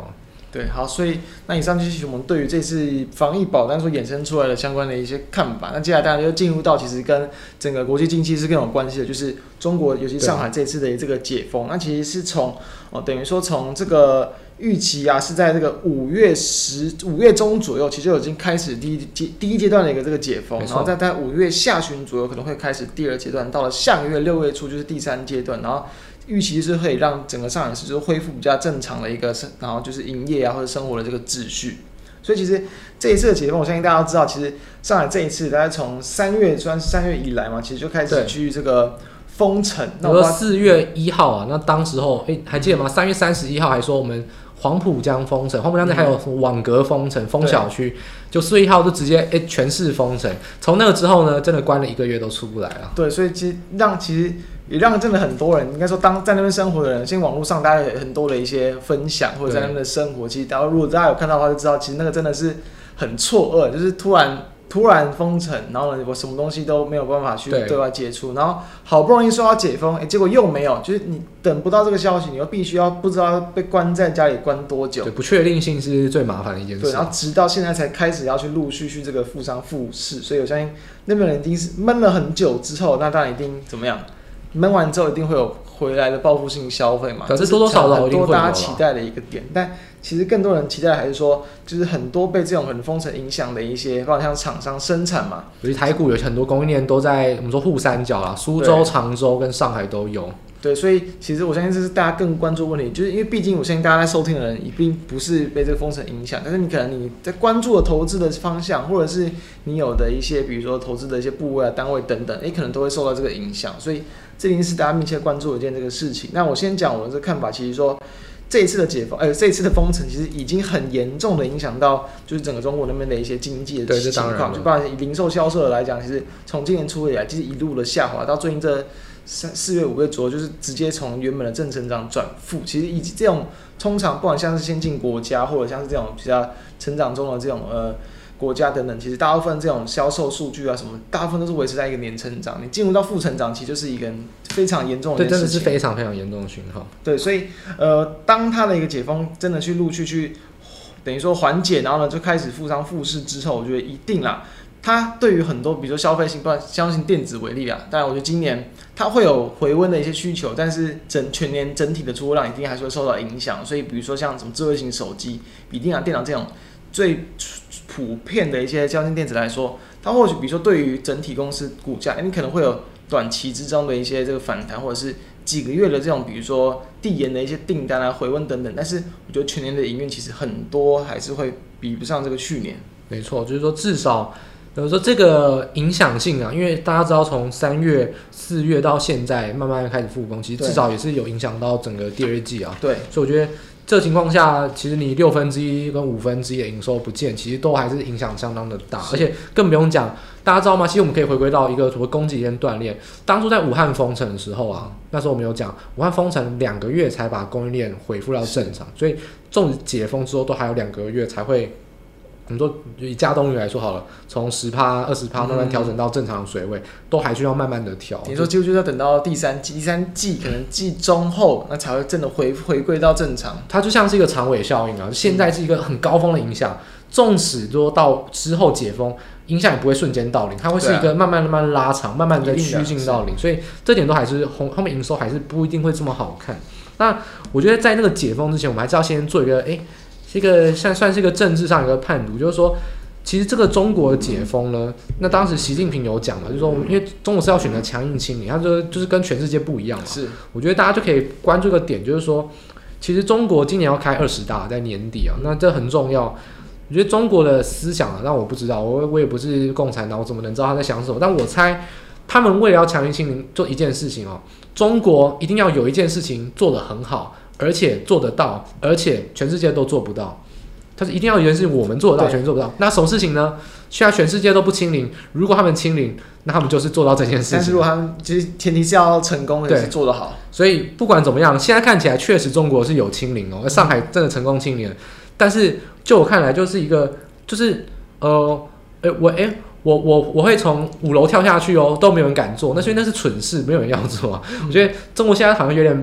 对，好，所以那以上就是我们对于这次防疫保单所衍生出来的相关的一些看法。那接下来当然就进入到其实跟整个国际经济是更有关系的，就是中国尤其上海这次的这个解封。那其实是从等于说从这个预期啊是在这个5月中左右，其实就已经开始第一阶段的一个这个解封，然后在5月下旬左右可能会开始第二阶段，到了下个月6月初就是第3阶段，然后预期是可以让整个上海市就是恢复比较正常的一个，然后就是营业啊或者生活的这个秩序。所以其实这一次的解封，我相信大家都知道，其实上海这一次大概从3月以来嘛，其实就开始去这个封城。 那我说4月1号啊，那当时候还记得吗？3月31号还说我们黄浦江封城，黄浦江还有什么网格封城、封小区，就4月1号就直接全市封城。从那个之后呢，真的关了1个月都出不来了。 对，所以其实也让真的很多人，应该说当在那边生活的人，现在网络上大家有很多的一些分享，或者在那边的生活，其实大家如果大家有看到的话，就知道其实那个真的是很错愕，就是突然封城，然后呢，我什么东西都没有办法去对外接触，然后好不容易说要解封，结果又没有，就是你等不到这个消息，你又必须要不知道被关在家里关多久， 对，不确定性是最麻烦的一件事。 对，然后直到现在才开始要去陆续去这个复商复市，所以我相信那边人一定是闷了很久之后，那当然一定怎么样？闷完之后一定会有回来的报复性消费嘛， 可是多多少少一定会有很多大家期待的一个点，但其实更多人期待还是说，就是很多被这种很封城影响的一些，包括像厂商生产嘛， 尤其台股有很多供应链都在我们说沪三角啦，苏州、常州跟上海都有。 对，所以其实我相信这是大家更关注的问题，就是因为毕竟我相信大家在收听的人一定不是被这个封城影响，但是你可能你在关注的投资的方向，或者是你有的一些比如说投资的一些部位啊、单位等等，可能都会受到这个影响，所以这一定是大家密切关注的一件这个事情。那我先讲我的这个看法，其实说这一次的这一次的封城其实已经很严重的影响到就是整个中国那边的一些经济的情况，就包括以零售销售来讲，其实从今年初以来其实一路的下滑，到最近这4月5月左右，就是直接从原本的正成长转负。其实以及这种通常不管像是先进国家，或者像是这种比较成长中的这种国家等等，其实大部分这种销售数据啊什么，大部分都是维持在一个年成长。你进入到负成长期，就是一个非常严重的事情。 对，真的是非常非常严重的讯号。 对，所以当它的一个解封真的去陆续去等于说缓解，然后呢就开始复商复市之后，我觉得一定啦。它对于很多，比如说消费型，不然相信电子为例啊，当然我觉得今年它会有回温的一些需求，但是全年整体的出货量一定还是会受到影响。所以比如说像什么智慧型手机、笔电啊、电脑这种最普遍的一些交件电子来说，它或许比如说对于整体公司股价，你可能会有短期之中的一些这个反弹，或者是几个月的这种比如说递延的一些订单啊、回温等等。但是我觉得全年的营运其实很多还是会比不上这个去年。 没错，就是说至少。比如说这个影响性啊，因为大家知道从3月、4月到现在慢慢开始复工，其实至少也是有影响到整个第二季啊。 对， 所以我觉得这个情况下，其实你1/6跟1/5的营收不见，其实都还是影响相当的大，而且更不用讲，大家知道吗？其实我们可以回归到一个什么供给链断裂。当初在武汉封城的时候啊，那时候我们有讲，武汉封城2个月才把供应链恢复到正常，所以纵使解封之后，都还有2个月才会。我们说以价动率来说好了，从10%、20%慢慢调整到正常的水位，都还需要慢慢的调。 你说几乎就要等到第三季可能季中后，那才会真的回归到正常。 它就像是一个长尾效应啊，现在是一个很高峰的影响，纵使说到之后解封，影响也不会瞬间到零，它会是一个慢慢拉长，慢慢的趋近到零，所以这点都还是后面营收还是不一定会这么好看。那我觉得在那个解封之前，我们还是要先做一个这个算是一个政治上一个判读，就是说，其实这个中国的解封呢，那当时习近平有讲嘛，就是说，因为中国是要选择强硬清零，它就是跟全世界不一样嘛。 是， 我觉得大家就可以关注一个点，就是说，其实中国今年要开20大，在年底啊，那这很重要。我觉得中国的思想啊，但我不知道，我也不是共产党，我怎么能知道他在想什么？但我猜，他们为了要强硬清零，做一件事情哦，中国一定要有一件事情做得很好。而且做得到，而且全世界都做不到，但是一定要有一件事情我们做得到，全做不到。那什么事情呢？现在全世界都不清零，如果他们清零，那他们就是做到这件事情。 但是如果他们其实前提是要成功，也是做得好。 所以不管怎么样，现在看起来确实中国是有清零哦，上海真的成功清零了。但是就我看来，就是一个就是我会从5楼跳下去哦，都没有人敢做，那所以那是蠢事，没有人要做啊。我觉得中国现在好像有点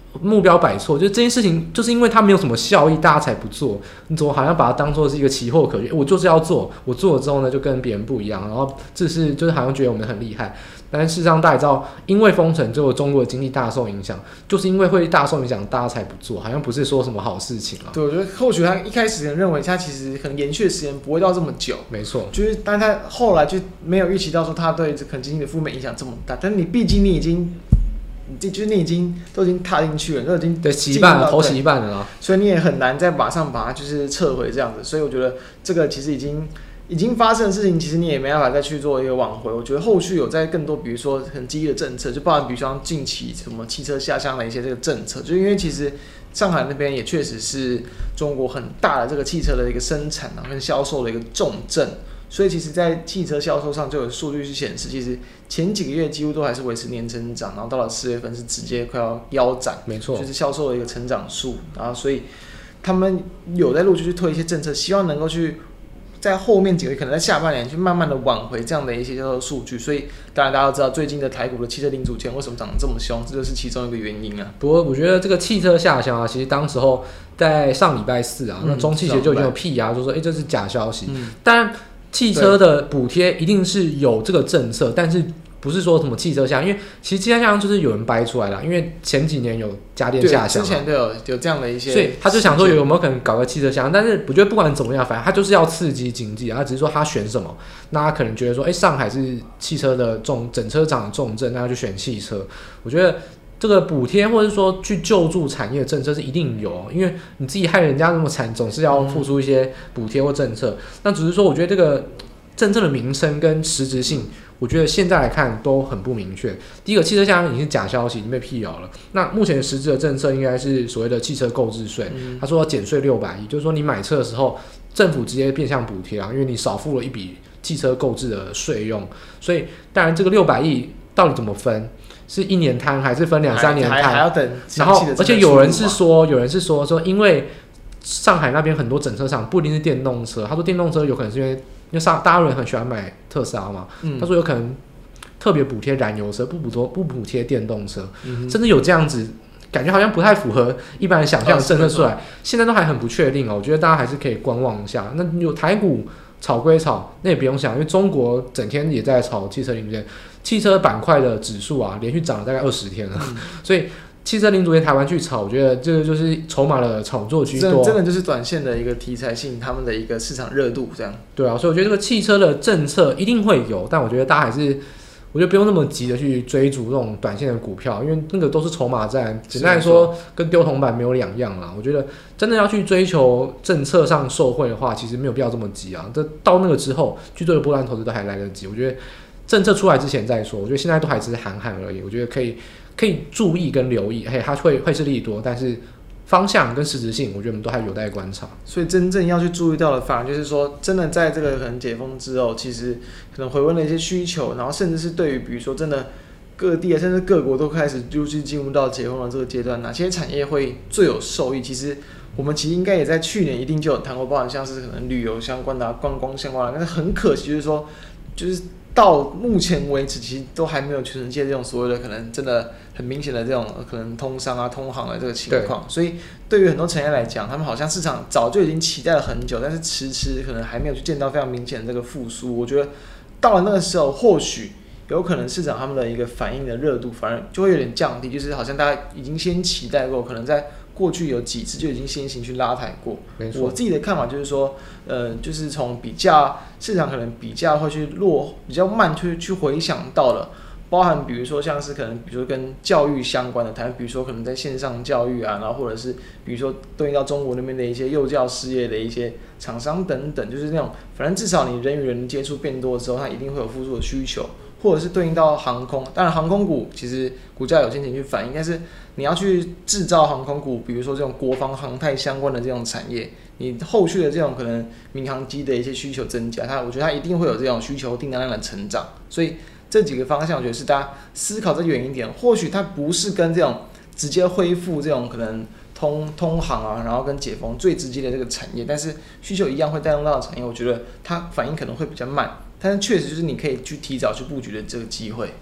目标摆错，就这件事情就是因为它没有什么效益，大家才不做。你怎么好像把它当做是一个奇货可居？我就是要做，我做了之后呢，就跟别人不一样，然后就是好像觉得我们很厉害。但是事实上，大家也知道，因为封城，结果中国的经济大受影响，就是因为会大受影响，大家才不做，好像不是说什么好事情啊。 对，我觉得或许他一开始认为他其实可能延续的时间不会到这么久， 没错， 就是但他后来就没有预期到说他对可能经济的负面影响这么大。但是你毕竟你已经都已经踏进去了，都已经对洗一半了，头洗一半了啦， 所以你也很难再马上把它就是撤回这样子。所以我觉得这个其实已经发生的事情，其实你也没办法再去做一个挽回。我觉得后续有在更多，比如说很激励的政策，就包含比如说近期什么汽车下乡的一些这个政策，就因为其实上海那边也确实是中国很大的这个汽车的一个生产跟销售的一个重镇，所以其实在汽车销售上就有数据去显示，其实前几个月几乎都还是维持年成长，然后到了4月份是直接快要腰斩， 没错， 就是销售的一个成长数，然后所以他们有在陆续去推一些政策，希望能够去在后面几个月，可能在下半年去慢慢的挽回这样的一些数据。所以当然大家都知道，最近的台股的汽车零组件为什么涨得这么凶，这就是其中一个原因啊。 不过我觉得这个汽车下乡啊，其实当时候在上礼拜4啊，那中汽协就已经有辟谣，就说这是假消息。当然汽车的补贴一定是有这个政策，但是不是说什么汽车下，因为其实汽车下乡就是有人掰出来的，因为前几年有家电下乡， 之前都有这样的一些， 所以他就想说有没有可能搞个汽车下乡，但是我觉得不管怎么样，反正他就是要刺激经济啊，只是说他选什么，那他可能觉得说，上海是汽车的整车厂的重镇，那他就选汽车。我觉得这个补贴或者说去救助产业的政策是一定有，因为你自己害人家那么惨，总是要付出一些补贴或政策。那只是说，我觉得这个政策的名称跟实质性，我觉得现在来看都很不明确。第一个，汽车下乡已经是假消息，已经被辟谣了。那目前实质的政策应该是所谓的汽车购置税，他说要减税600亿，就是说你买车的时候，政府直接变相补贴啊，因为你少付了一笔汽车购置的税用。所以当然这个600亿到底怎么分？是1年摊还是分2-3年摊？ 还要等。 然后，而且有人是说，因为上海那边很多整车厂不一定是电动车，他说电动车有可能是因为大家人很喜欢买特斯拉嘛，他说有可能特别补贴燃油车，不补贴电动车，甚至有这样子，感觉好像不太符合一般人想象的政策出来，现在都还很不确定哦。我觉得大家还是可以观望一下。那有台股炒归炒，那也不用想，因为中国整天也在炒汽车零组件，汽车板块的指数啊，连续涨了大概20天了，所以汽车零组件台湾去炒，我觉得这个就是筹码的炒作居多， 真的就是短线的一个题材性，他们的一个市场热度这样。 对啊，所以我觉得这个汽车的政策一定会有，但我觉得大家还是，我觉得不用那么急的去追逐这种短线的股票，因为那个都是筹码战，简单来说跟丢铜板没有两样啦。我觉得真的要去追求政策上受惠的话，其实没有必要这么急啊。这到那个之后去做波段投资都还来得及。我觉得政策出来之前再说，我觉得现在都还只是喊喊而已。我觉得可以注意跟留意，它会是利多，但是方向跟实质性，我觉得我们都还有待观察。 所以真正要去注意到的，反而就是说，真的在这个可能解封之后，其实可能回温了一些需求，然后甚至是对于比如说真的各地甚至各国都开始陆续进入到解封的这个阶段，哪些产业会最有受益？其实我们其实应该也在去年一定就有谈过，包含像是可能旅游相关的、观光相关的，但是很可惜就是说，就是到目前为止，其实都还没有全世界这种所谓的可能真的很明显的这种可能通商啊、通航的这个情况。所以对于很多产业来讲，他们好像市场早就已经期待了很久，但是迟可能还没有去见到非常明显的这个复苏。我觉得到了那个时候，或许有可能市场他们的一个反应的热度反而就会有点降低，就是好像大家已经先期待过，可能在过去有几次就已经先行去拉抬过。我自己的看法就是说，就是从比较市场可能比较会去比较慢去回想到了，包含比如说像是可能比如说跟教育相关的谈，比如说可能在线上教育啊，然后或者是比如说对应到中国那边的一些幼教事业的一些厂商等等，就是那种反正至少你人与人接触变多之后，它一定会有复苏的需求。或者是对应到航空，当然航空股其实股价有先行去反映，但是你要去制造航空股，比如说这种国防航太相关的这种产业，你后续的这种可能民航机的一些需求增加，我觉得它一定会有这种需求订单量的成长，所以这几个方向我觉得是大家思考再远一点，或许它不是跟这种直接恢复这种可能通航啊，然后跟解封最直接的这个产业，但是需求一样会带动到的产业，我觉得它反应可能会比较慢。但是确实就是你可以去提早去布局的这个机会。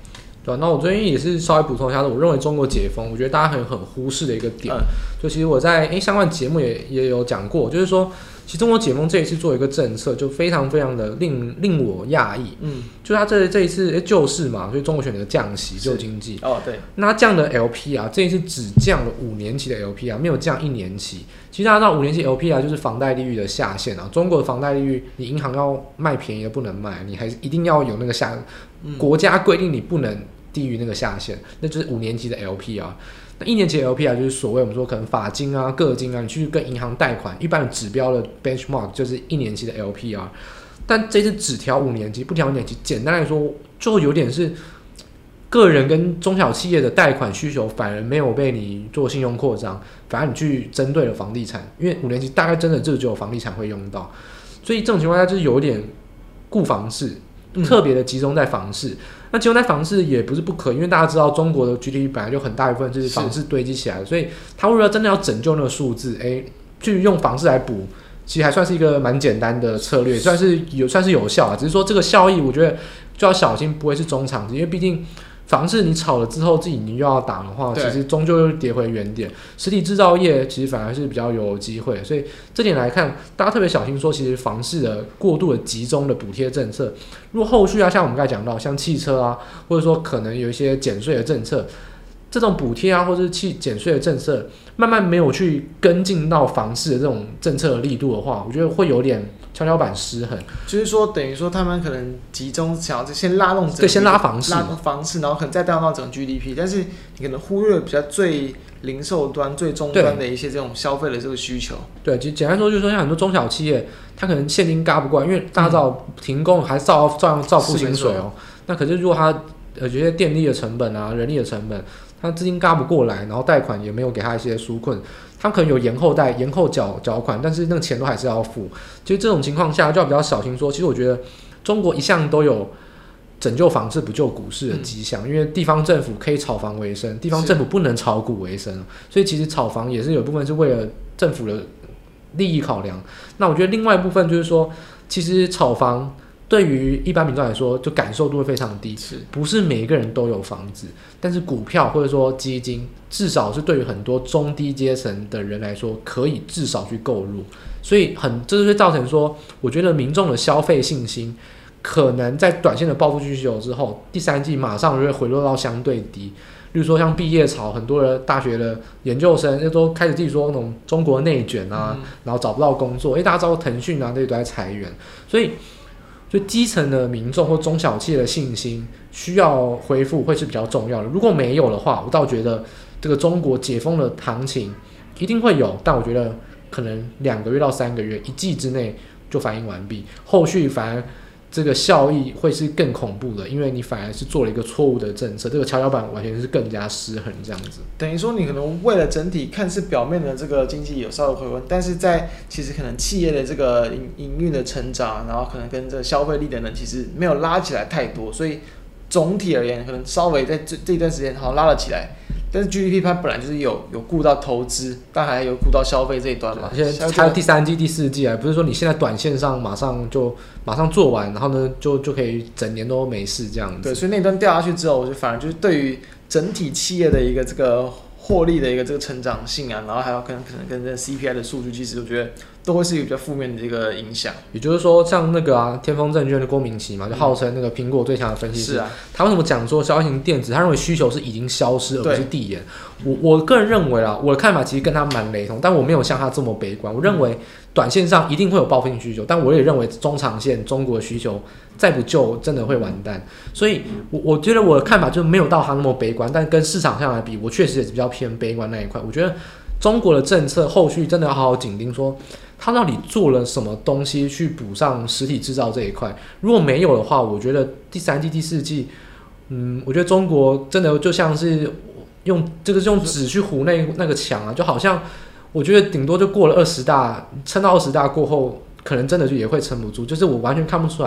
对吧？那我最近也是稍微补充一下，我认为中国解封，我觉得大家很忽视的一个点，就其实我在相关节目也有讲过，就是说，其实中国解封这一次做一个政策，就非常非常的令我讶异，就他这一次救市嘛，所以中国选择降息救经济， 对， 那降的 LPR 这一次只降了5年期的 LPR， 没有降1年期。其实大家知道5年期 LPR 就是房贷利率的下限啊，中国的房贷利率，你银行要卖便宜的不能卖，你还是一定要有那个国家规定你不能低于那个下限，那就是5年期的 LPR。那1年期的 LPR 就是所谓我们说可能法金啊、个金啊，你去跟银行贷款，一般的指标的 benchmark 就是1年期的 LPR。但这次只调5年期，不调5年期，简单来说就有点是个人跟中小企业的贷款需求反而没有被你做信用扩张，反而你去针对了房地产，因为5年期大概真的就只有房地产会用到，所以这种情况下就是有点顾房市，特别的集中在房市。那集中在房市也不是不可，因为大家知道中国的 GDP 本来就很大一部分就是房市堆积起来的，所以他为了真的要拯救那个数字，去用房市来补，其实还算是一个蛮简单的策略，算是有效啊。只是说这个效益，我觉得就要小心，不会是中长期，因为毕竟房市你炒了之后，自己你又要打的话，其实终究又跌回原点。实体制造业其实反而是比较有机会，所以这点来看，大家特别小心说，其实房市的过度的集中的补贴政策，如果后续像我们刚才讲到，像汽车啊，或者说可能有一些减税的政策，这种补贴啊，或者是减税的政策，慢慢没有去跟进到房市的这种政策的力度的话，我觉得会有点跷跷板失衡。 就是说，等于说他们可能集中想要先拉动整个， 对，先拉房市， 然后可能再带动到整个 GDP， 但是你可能忽略了比较最零售端、最终端的一些这种消费的这个需求。 对，其实简单说就是说，像很多中小企业，它可能现金轧不过来，因为大家知道停工还是照样付薪水哦。那可是如果它有些电力的成本啊、人力的成本，他资金轧不过来，然后贷款也没有给他一些纾困，他可能有延后缴款，但是那个钱都还是要付。其实这种情况下就要比较小心说，其实我觉得中国一向都有拯救房市不救股市的迹象，因为地方政府可以炒房为生，地方政府不能炒股为生，所以其实炒房也是有一部分是为了政府的利益考量。那我觉得另外一部分就是说，其实炒房对于一般民众来说，就感受度会非常低，不是每一个人都有房子，但是股票或者说基金，至少是对于很多中低阶层的人来说，可以至少去购入，所以这就会造成说，我觉得民众的消费信心，可能在短线的报复需求之后，第3季马上就会回落到相对低。例如说像毕业潮，很多的大学的研究生都开始自己说那种中国内卷啊，然后找不到工作，大家知道腾讯啊这些都在裁员，所以基层的民众或中小企业的信心需要恢复会是比较重要的。如果没有的话，我倒觉得这个中国解封的行情一定会有，但我觉得可能2个月到3个月，1季之内就反应完毕，后续反而这个效益会是更恐怖的，因为你反而是做了一个错误的政策，这个跷跷板完全是更加失衡这样子。 等于说你可能为了整体看似表面的这个经济有稍微回温，但是在其实可能企业的这个营运的成长，然后可能跟这个消费力等等，其实没有拉起来太多，所以总体而言，可能稍微在这一段时间好像拉了起来。但是 GDP 它本来就是有顾到投资，但还有顾到消费这一端嘛。 而且还有第3季、第4季啊，不是说你现在短线上马上做完，然后呢就可以整年都没事这样子。 对，所以那段掉下去之后，我就反而就是对于整体企业的一个这个获利的一个这个成长性啊，然后还有可能跟这 CPI 的数据，其实我觉得都会是一个比较负面的一个影响。 也就是说，像那个天风证券的郭明錤嘛，就号称那个苹果最强的分析师，他为什么讲说消费型电子，他认为需求是已经消失而不是递延。我个人认为啦，我的看法其实跟他蛮雷同，但我没有像他这么悲观。我认为短线上一定会有报复性需求，但我也认为中长线中国的需求再不救真的会完蛋。所以我觉得我的看法就没有到他那么悲观，但跟市场上来比，我确实也是比较偏悲观那一块。我觉得中国的政策后续真的要好好紧盯，说他到底做了什么东西去补上实体制造这一块。如果没有的话，我觉得第3季、第4季，我觉得中国真的就像是用纸去糊那个墙啊，就好像我觉得顶多就过了20大，撑到20大过后，可能真的就也会撑不住。就是我完全看不出来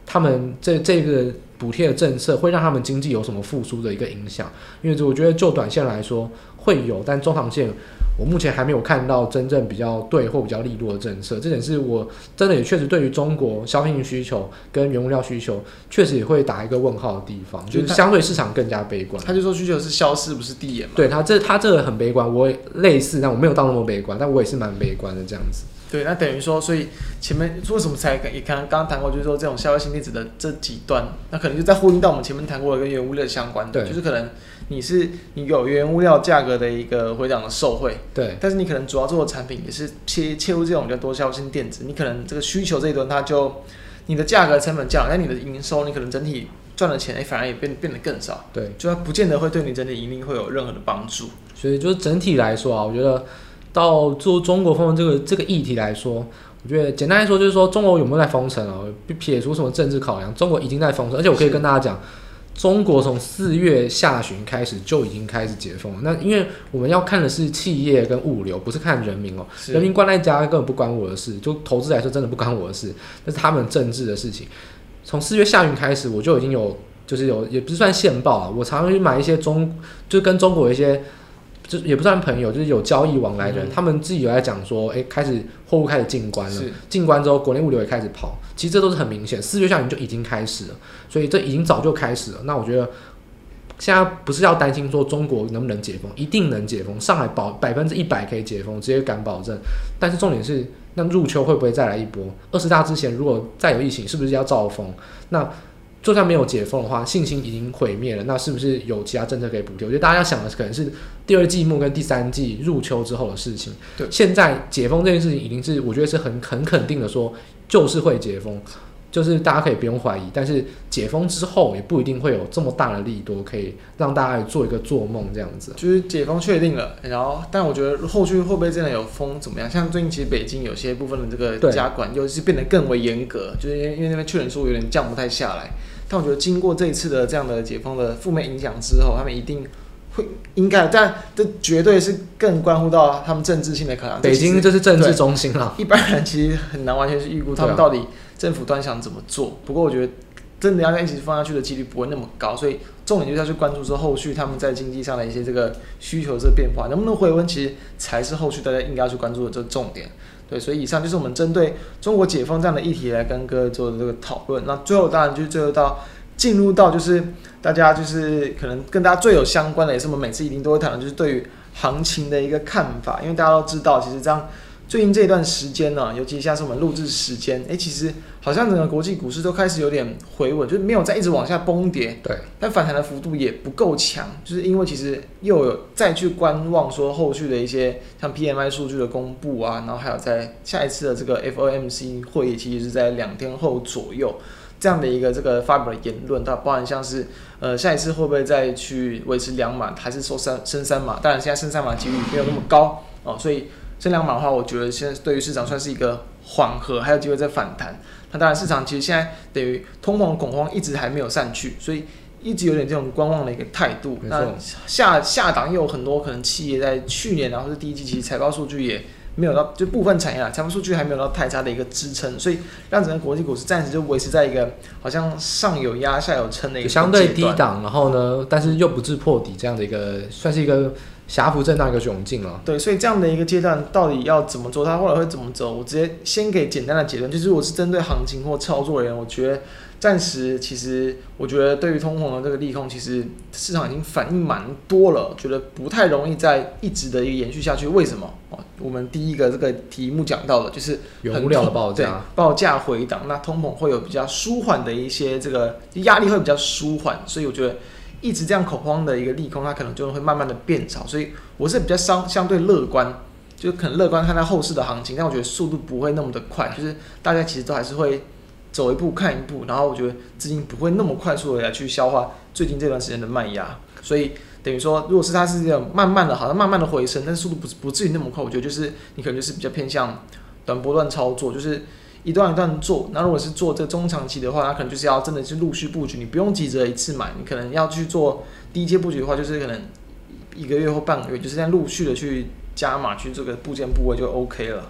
他们这个补贴的政策会让他们经济有什么复苏的一个影响？因为我觉得就短线来说会有，但中长线我目前还没有看到真正比较对或比较利落的政策。这点是我真的也确实对于中国消费性需求跟原物料需求确实也会打一个问号的地方，就是相对市场更加悲观。 他就说需求是消失不是递延嘛？ 对，他这个很悲观，我也类似，但我没有到那么悲观，但我也是蛮悲观的这样子。 对，那等于说，所以前面为什么才也刚刚谈过，就是说这种消费性电子的这几端，那可能就在呼应到我们前面谈过的跟原物料相关的，就是可能你有原物料价格的一个回档的受惠， 对， 但是你可能主要做的产品也是切入这种比较多消费性电子，你可能这个需求这一端它就你的价格成本降了，但你的营收你可能整体赚的钱反而也变得更少， 对， 就它不见得会对你整体盈利会有任何的帮助。 所以就是整体来说啊，我觉得到做中国封城这个议题来说，我觉得简单来说就是说中国有没有在封城啊？撇除什么政治考量，中国已经在封城，而且我可以跟大家讲，中国从4月下旬开始就已经开始解封了。那因为我们要看的是企业跟物流，不是看人民哦。人民关在家根本不关我的事，就投资来说真的不关我的事，那是他们政治的事情。从4月下旬开始，我就已经有也不是算线报啊，我常常去买一些就跟中国一些。就也不算朋友，就是有交易往来的人，他们自己有在讲说，开始货物开始进关了，进关之后，国内物流也开始跑，其实这都是很明显，4月下旬就已经开始了，所以这已经早就开始了。那我觉得现在不是要担心说中国能不能解封，一定能解封，上海100%可以解封，直接敢保证。但是重点是，那入秋会不会再来一波？20大之前如果再有疫情，是不是要照封？那就算没有解封的话，信心已经毁灭了，那是不是有其他政策可以补贴？我觉得大家要想的可能是第2季末跟第3季入秋之后的事情。对，现在解封这件事情已经是我觉得是很肯定的说，就是会解封，就是大家可以不用怀疑。但是解封之后也不一定会有这么大的利多，可以让大家做一个做梦这样子。 就是解封确定了，然后但我觉得后续会不会真的有封怎么样？像最近其实北京有些部分的这个加管又是变得更为严格，就是因为那边确诊数有点降不太下来。但我觉得经过这一次的这样的解封的负面影响之后，他们一定应该，但这绝对是更关乎到他们政治性的考量。 北京就是政治中心了， 一般人其实很难完全去预估他们到底政府端想怎么做。不过我觉得真的要一起放下去的几率不会那么高，所以重点就是要去关注说后续他们在经济上的一些这个需求这个变化能不能回温，其实才是后续大家应该要去关注的这个重点。对，所以以上就是我们针对中国解封这样的议题来跟各位做的这个讨论。那最后当然就是进入到就是大家就是可能跟大家最有相关的，也是我们每次一定都会谈的，就是对于行情的一个看法。因为大家都知道，其实这样最近这段时间呢，尤其像是我们录制时间，其实好像整个国际股市都开始有点回稳，就是没有再一直往下崩跌。 对， 但反弹的幅度也不够强，就是因为其实又有再去观望说后续的一些像 PMI 数据的公布啊，然后还有在下一次的这个 FOMC 会议，其实是在2天后左右。这样的一个这个发表的言论，它包含像是下一次会不会再去维持2码，还是说升3码？当然现在升3码的几率没有那么高哦，所以升2码的话，我觉得现在对于市场算是一个缓和，还有机会再反弹。那当然市场其实现在等于通膨恐慌一直还没有散去，所以一直有点这种观望的一个态度。那下档又有很多可能企业在去年或是第一季其实财报数据也没有到，就部分产业财报数据还没有到太差的一个支撑，所以让整个国际股市暂时就维持在一个好像上有压下有撑的一个相对低档，然后呢，但是又不致破底这样的一个，算是一个狭幅震荡一个窘境了。 对，所以这样的一个阶段到底要怎么做，它后来会怎么走？我直接先给简单的结论，就是我是针对行情或操作而言，我觉得暂时其实我觉得对于通膨的这个利空，其实市场已经反应蛮多了，觉得不太容易再一直的一个延续下去。为什么？我们第一个这个题目讲到的就是原物料的报价回档，那通膨会有比较舒缓的一些这个压力会比较舒缓，所以我觉得一直这样恐慌的一个利空，它可能就会慢慢的变少，所以我是比较相对乐观，就可能乐观看待后市的行情，但我觉得速度不会那么的快，就是大家其实都还是会走一步看一步，然后我觉得资金不会那么快速的来去消化最近这段时间的卖压，所以等于说，如果是它是这样慢慢的，好像慢慢的回升，但是速度不至于那么快，我觉得就是你可能就是比较偏向短波段操作，就是一段一段做。那如果是做这中长期的话，它可能就是要真的是陆续布局，你不用急着一次买，你可能要去做第一阶布局的话，就是可能1个月或半个月，就是这样陆续的去加码去这个部件部位就 OK 了。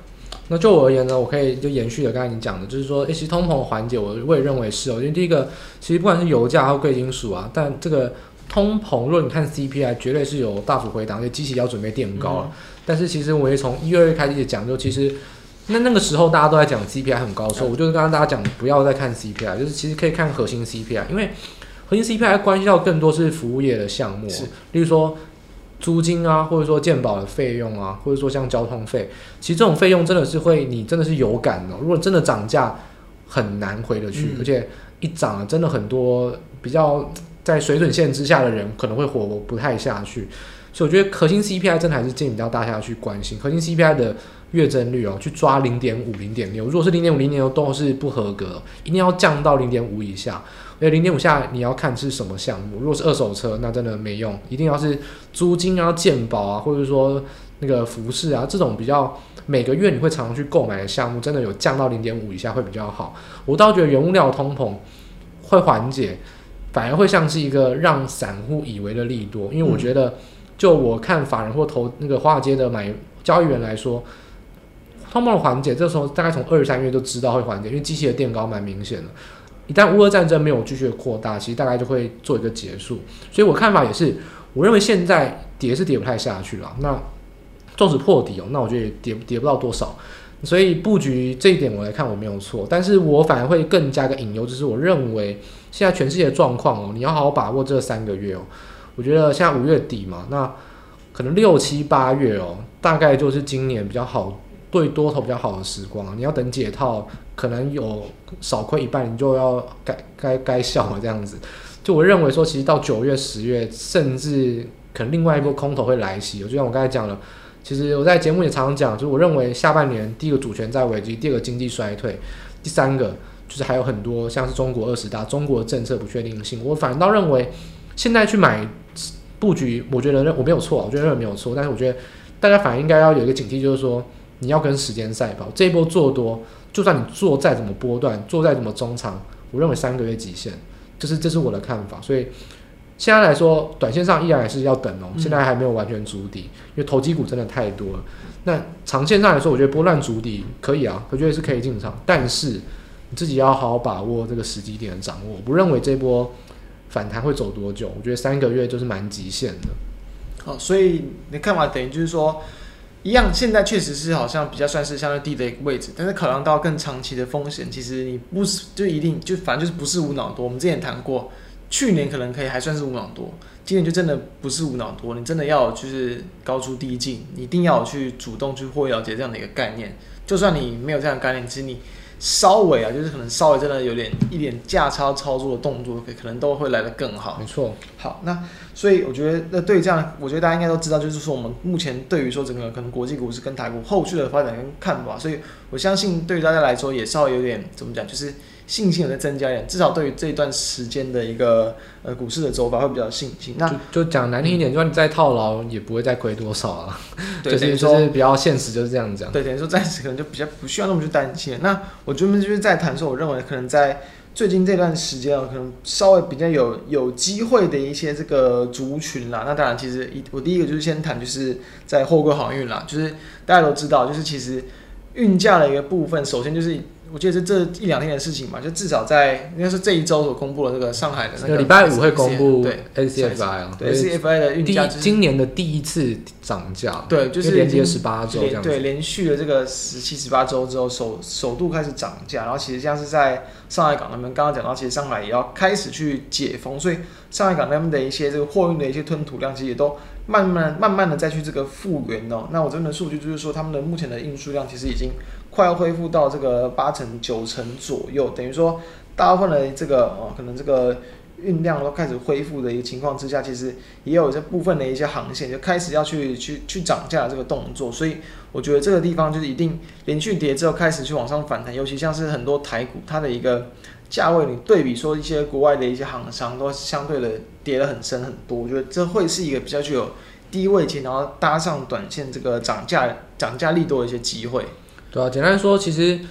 那就我而言呢，我可以就延续了刚才你讲的，就是说，其实通膨缓解，我也认为是哦，因为第一个，其实不管是油价或贵金属啊，但这个通膨，如果你看 CPI， 绝对是有大幅回档，而且基期要准备垫高了。但是其实我也从1、2月开始讲，就其实那个时候大家都在讲 CPI 很高，所以我就跟大家讲，不要再看 CPI， 就是其实可以看核心 CPI， 因为核心 CPI 关系到更多是服务业的项目，例如说租金啊，或者说健保的费用啊，或者说像交通费，其实这种费用真的是你真的是有感的。如果真的涨价，很难回得去，而且一涨啊，真的很多比较在水准线之下的人可能会活不太下去。所以我觉得核心 CPI 真的还是建议比较大家去关心核心 CPI 的月增率哦，去抓 0.5、0.6， 如果是 0.5、0.6 都是不合格，一定要降到 0.5 以下。而且 0.5 下你要看是什么项目，如果是二手车那真的没用，一定要是租金啊、健保啊，或者说那个服饰啊，这种比较每个月你会常常去购买的项目，真的有降到 0.5 以下会比较好。我倒觉得原物料通膨会缓解，反而会像是一个让散户以为的利多，因为我觉得就我看法人或那个华尔街的交易员来说，通膨的缓解，这时候大概从2月、3月就知道会缓解，因为机器的垫高蛮明显的。一旦乌俄战争没有继续的扩大，其实大概就会做一个结束。所以我看法也是，我认为现在跌是跌不太下去了。那纵使破底那我觉得也跌不到多少。所以布局这一点我来看我没有错，但是我反而会更加个隐忧，就是我认为现在全世界的状况你要好好把握这3个月我觉得现在5月底嘛，那可能6、7、8月大概就是今年比较好。对多头比较好的时光你要等解套，可能有少亏一半，你就要该笑了这样子。就我认为说，其实到9月、10月，甚至可能另外一波空头会来袭。就像我刚才讲了，其实我在节目也常常讲，就是我认为下半年第一个主权债危机，第二个经济衰退，第三个就是还有很多像是中国20大、中国的政策不确定性。我反倒认为现在去买布局，我觉得我没有错，我觉得没有错，但是我觉得大家反而应该要有一个警惕，就是说。你要跟时间赛跑，这一波做多，就算你做再怎么波段，做再怎么中长，我认为3个月极限，这是我的看法。所以现在来说，短线上依然还是要等现在还没有完全筑底，因为投机股真的太多了。那长线上来说，我觉得波段筑底可以我觉得是可以进场，但是你自己要好好把握这个时机点的掌握。我不认为这波反弹会走多久，我觉得3个月就是蛮极限的。 好，所以你的看法等于就是说。一样，现在确实是好像比较算是相对低的一个位置，但是考量到更长期的风险，其实你不是就一定就反正就是不是无脑多。我们之前谈过，去年可能可以还算是无脑多，今年就真的不是无脑多，你真的要就是高出低进，你一定要去主动去获利了结这样的一个概念。就算你没有这样的概念，其实你稍微就是可能稍微真的有一点价差操作的动作，可能都会来得更好。 没错。 好，那所以我觉得，那对于这样，我觉得大家应该都知道，就是说我们目前对于说整个可能国际股市跟台股后续的发展跟看法，所以我相信对于大家来说也稍微有点怎么讲，就是信心有在增加一点，至少对于这一段时间的一个股市的走法会比较有信心。那就讲难听一点，就算你再套牢，也不会再亏多少了。 对， 就是比较现实，就是这样讲。 对，等于说暂时可能就比较不需要那么去担心。那我觉得就是在谈说，我认为可能在最近这段时间可能稍微比较有机会的一些这个族群啦。那当然，其实我第一个就是先谈，就是在货柜航运啦，就是大家都知道，就是其实运价的一个部分，首先就是我记得是这1、2天的事情嘛，就至少在应该是这一周所公布的那个上海的那个礼拜5会公布对 SCFI 对 SCFI 的运价， 今年的第一次涨价， 对，就是连接18周这样子， 对，连续了这个17、18周之后，首度开始涨价，然后其实像是在上海港那边，刚刚讲到，其实上海也要开始去解封，所以上海港那边的一些这个货运的一些吞吐量，其实也都慢慢的再去这个复原那我这边的数据就是说，他们的目前的运输量其实已经快要恢复到这个8成、9成左右，等于说大部分的这个可能这个运量都开始恢复的一个情况之下，其实也有这部分的一些航线就开始要去涨价的这个动作，所以我觉得这个地方就是一定连续跌之后开始去往上反弹，尤其像是很多台股它的一个价位，你对比说一些国外的一些航商都相对的跌得很深很多，我觉得这会是一个比较具有低位阶，然后搭上短线这个涨价利多的一些机会。 对啊，简单说，其实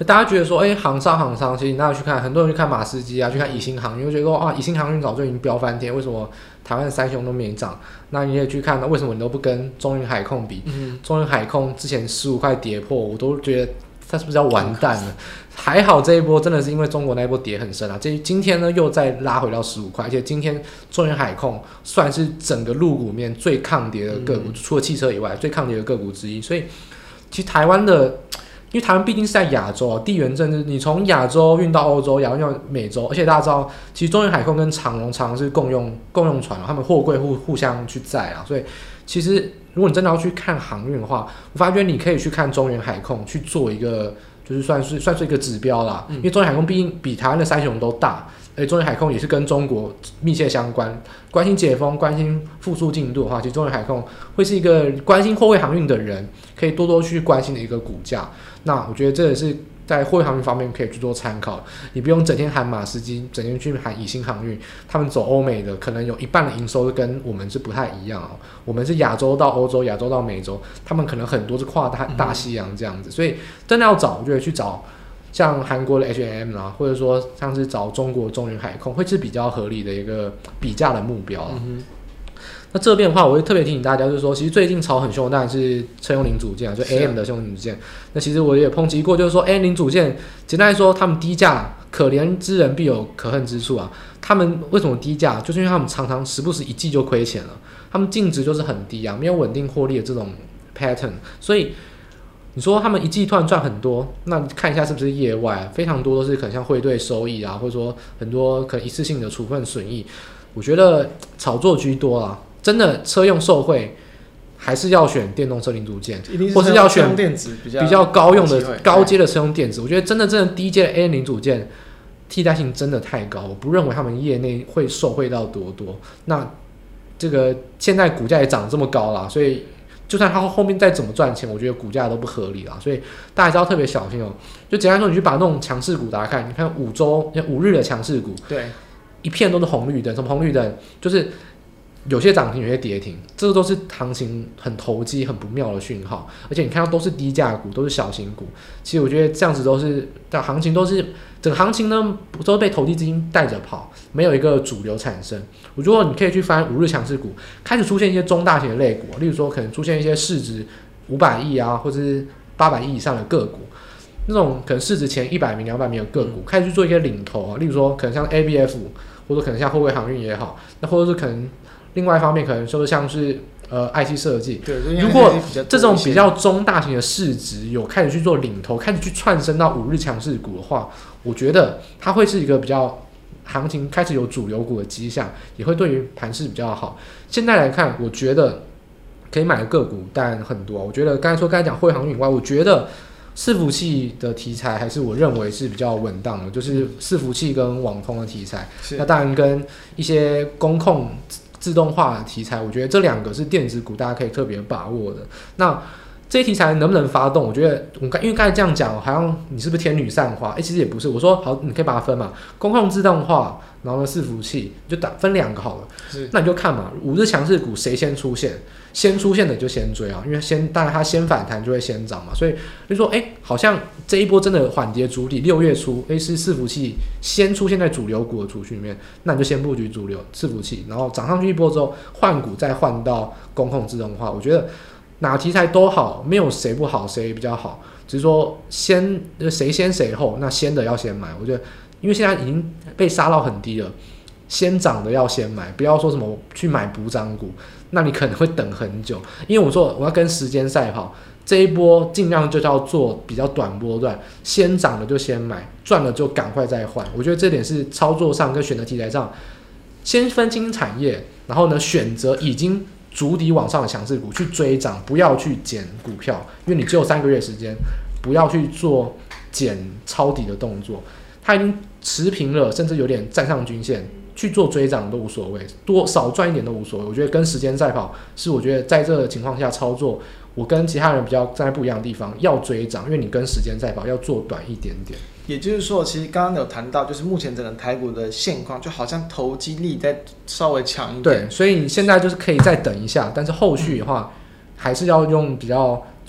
大家觉得说，航商，其实你大家去看，很多人去看马士基啊，去看宜兴航运，会觉得说啊，宜兴航运早就已经飙翻天，为什么台湾三雄都没涨？那你也去看，那为什么你都不跟中云海控比？中云海控之前15块跌破，我都觉得它是不是要完蛋了？还好这一波真的是因为中国那一波跌很深啊，今天呢又再拉回到15块，而且今天中云海控算是整个陆股面最抗跌的个股，除了汽车以外最抗跌的个股之一。所以其实台湾的，因为台湾毕竟是在亚洲啊，地缘政治，你从亚洲运到欧洲，亚洲运到美洲，而且大家知道，其实中云海控跟长荣常常是共用船啊，他们货柜互相去载啊，所以其实如果你真的要去看航运的话，我发觉你可以去看中原海控去做一个，就是算是一个指标啦。因为中原海控毕竟比台湾的三雄都大，而且中原海控也是跟中国密切相关，关心解封、关心复苏进度的话，其实中原海控会是一个关心货柜航运的人可以多多去关心的一个股价。那我觉得这也是在货运航运方面可以去做参考，你不用整天喊马士基，整天去喊宜兴航运，他们走欧美的，可能有一半的营收跟我们是不太一样哦。我们是亚洲到欧洲，亚洲到美洲，他们可能很多是跨大西洋这样子，所以真的要找，我觉得去找像韩国的 H&M 啦，或者说像是找中国中原海控，会是比较合理的一个比价的目标啦。那这边的话，我会特别提醒大家，就是说，其实最近炒很凶的当然是车用零组件，就 AM 的车用零组件。那其实我也抨击过，就是说 AM 零组件，简单来说，他们低价，可怜之人必有可恨之处啊。他们为什么低价？就是因为他们常常时不时一季就亏钱了，他们净值就是很低啊，没有稳定获利的这种 pattern。所以你说他们一季突然赚很多，那看一下是不是业外，非常多都是可能像汇兑收益啊，或者说很多可能一次性的处分损益，我觉得炒作居多啦。真的车用受惠，还是要选电动车零组件，或是要选比较高用的高阶的车用电子。我觉得真的低阶的 AM 零组件替代性真的太高，我不认为他们业内会受惠到多。那这个现在股价也涨这么高啦，所以就算它后面再怎么赚钱，我觉得股价都不合理啦。所以大家还是要特别小心哦。就简单说，你去把那种强势股打开，你看5日的强势股， 对， 一片都是红绿灯，什么红绿灯？就是有些涨停，有些跌停，这都是行情很投机、很不妙的讯号。而且你看到都是低价股，都是小型股。其实我觉得这样子都是，行情都是整个行情呢，都被投机资金带着跑，没有一个主流产生。我觉得你可以去翻5日强势股，开始出现一些中大型的类股，例如说可能出现一些市值500亿啊，或者是800亿以上的个股。那种可能市值前100名、200名的个股，开始去做一些领头啊，例如说可能像 ABF， 或者可能像货柜航运也好，那或者是可能另外一方面可能就是像是IC 设计，如果这种比较中大型的市值有开始去做领头，开始去窜升到5日强势股的话，我觉得它会是一个比较行情开始有主流股的迹象，也会对于盘势比较好。现在来看，我觉得可以买的个股当然很多，我觉得刚才讲货柜航运以外，我觉得伺服器的题材还是我认为是比较稳当的，就是伺服器跟网通的题材，那当然跟一些工控自动化的题材，我觉得这两个是电子股大家可以特别把握的。那这些题材能不能发动？我觉得因为刚才这样讲，好像你是不是天女散花？其实也不是。我说好，你可以把它分嘛，工控自动化，然后呢伺服器，你就分2个好了。那你就看嘛，5日强势股谁先出现？先出现的就先追啊，因为当然它先反弹就会先涨嘛，所以就说好像这一波真的缓跌筑底，6月初是伺服器先出现在主流股的族群里面，那你就先布局主流伺服器，然后涨上去一波之后换股再换到工控自动化，我觉得哪题材都好，没有谁不好谁比较好，只是说谁先谁后，那先的要先买，我觉得因为现在已经被杀到很低了。先涨的要先买，不要说什么去买补涨股，那你可能会等很久。因为我说我要跟时间赛跑，这一波尽量就要做比较短波段，先涨的就先买，赚了就赶快再换。我觉得这点是操作上跟选择题材上，先分清产业，然后呢选择已经筑底往上的强势股去追涨，不要去减股票，因为你只有3个月时间，不要去做减抄底的动作。它已经持平了，甚至有点站上均线。去做追涨都无所谓，多少赚一点都无所谓。我觉得跟时间赛跑是我觉得在这个情况下操作，我跟其他人比较站在不一样的地方，要追涨，因为你跟时间赛跑要做短一点点。 也就是说，其实刚刚有谈到，就是目前整个台股的现况，就好像投机力再稍微强一点。 对，所以你现在就是可以再等一下，但是后续的话，还是要用比较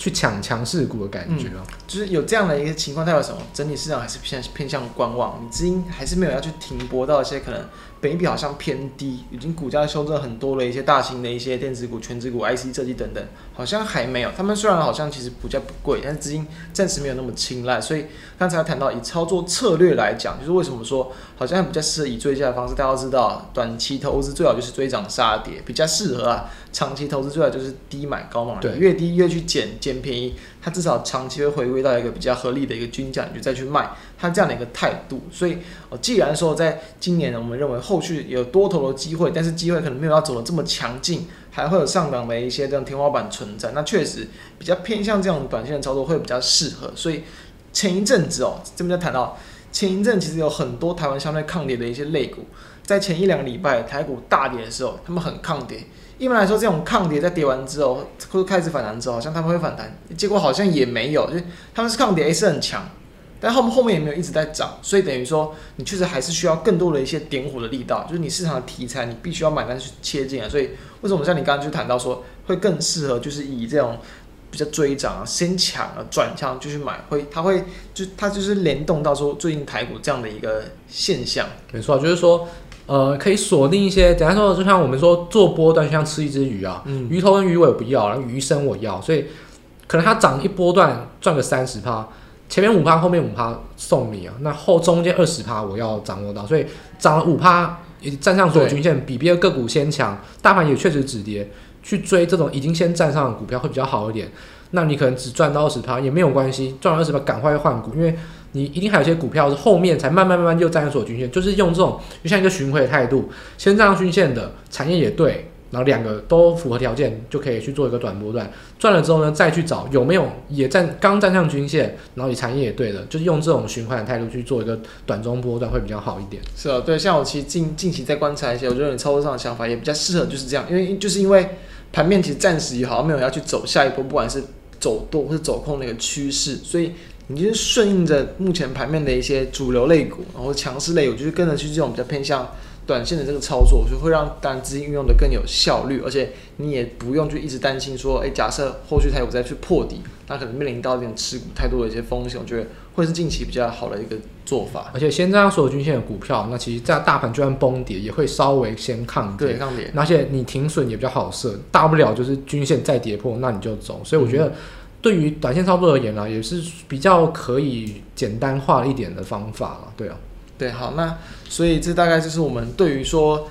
去抢强势股的感觉啊。 就是有这样的一个情况，代表什么？整体市场还是偏向观望，你资金还是没有要去停泊到一些可能本益比好像偏低，已经股价修正很多的一些大型的一些电子股、全指股、IC 设计等等，好像还没有。他们虽然好像其实股价不贵，但是资金暂时没有那么青睐。所以刚才谈到以操作策略来讲，就是为什么说好像比较适合以追价的方式。大家都知道，短期投资最好就是追涨杀跌，比较适合啊。长期投资最好就是低买高卖，越低越去捡便宜，它至少长期会回归到一个比较合理的一个均价，你就再去卖，它这样的一个态度。所以既然说在今年呢，我们认为后续有多头的机会，但是机会可能没有要走得这么强劲，还会有上档的一些这样天花板存在，那确实比较偏向这种短线的操作会比较适合。所以前一阵子这边就谈到前一阵其实有很多台湾相对抗跌的一些类股，在前1-2个礼拜台股大跌的时候，他们很抗跌。一般来说，这种抗跌在跌完之后，或者开始反弹之后，好像他们会反弹，结果好像也没有，就是他们是抗跌是很强，但后面也没有一直在涨，所以等于说你确实还是需要更多的一些点火的力道，就是你市场的题材你必须要买单去切进来。所以为什么像你刚刚就谈到说会更适合，就是以这种比较追涨啊、先抢啊、转向就去买，它就是联动到说最近台股这样的一个现象。 没错，就是说。可以锁定一些，简单说，就像我们说做波段，像吃一只鱼啊，鱼头跟鱼尾不要，然后鱼身我要，所以可能它涨一波段赚个30%，前面5%，后面5%送你啊，那中间20%我要掌握到，所以涨了5%，也站上所有均线，比别的个股先强，大盘也确实止跌，去追这种已经先站上的股票会比较好一点。那你可能只赚到20%也没有关系，赚了20%赶快换股，因为你一定还有一些股票是后面才慢慢又站上所有均线，就是用这种就像一个巡回的态度，先站上均线的产业也对，然后2个都符合条件，就可以去做一个短波段，赚了之后呢，再去找有没有也刚站上均线，然后你产业也对的，就是用这种循环的态度去做一个短中波段会比较好一点。 是啊，对，像我其实近期在观察一些，我觉得你操作上的想法也比较适合就是这样，因为盘面其实暂时也好像没有要去走下一波，不管是走多或是走空的一个趋势，所以你就是顺应着目前盘面的一些主流类股，然后强势类股，就是跟着去这种比较偏向短线的这个操作，所以会让当然资金运用的更有效率，而且你也不用去一直担心说，假设后续台股再去破底，那可能面临到一点持股太多的一些风险，我觉得会是近期比较好的一个做法。 而且先站上所有均线的股票，那其实在大盘就算崩跌，也会稍微先抗跌， 对，抗跌， 而且你停损也比较好设，大不了就是均线再跌破，那你就走。所以我觉得。对于短线操作而言呢，也是比较可以简单化一点的方法了，对啊。 对，好，那所以这大概就是我们对于说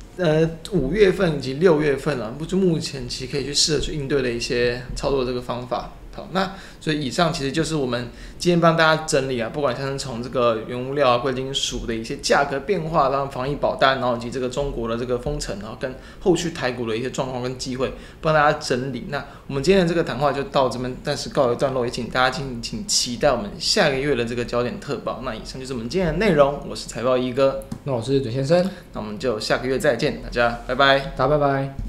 ，5月份以及6月份啊，就目前其实可以去试着去应对的一些操作的这个方法。好，那所以以上其实就是我们今天帮大家整理啊，不管像是从这个原物料啊、贵金属的一些价格变化，然后防疫保单，然后以及这个中国的这个封城，然后跟后续台股的一些状况跟机会，帮大家整理。那我们今天的这个谈话就到这边，但是告一段落，也请大家请期待我们下个月的这个焦点特报。那以上就是我们今天的内容，我是财报一哥， 那我是准先生， 那我们就下个月再见，大家拜拜， 大家拜拜。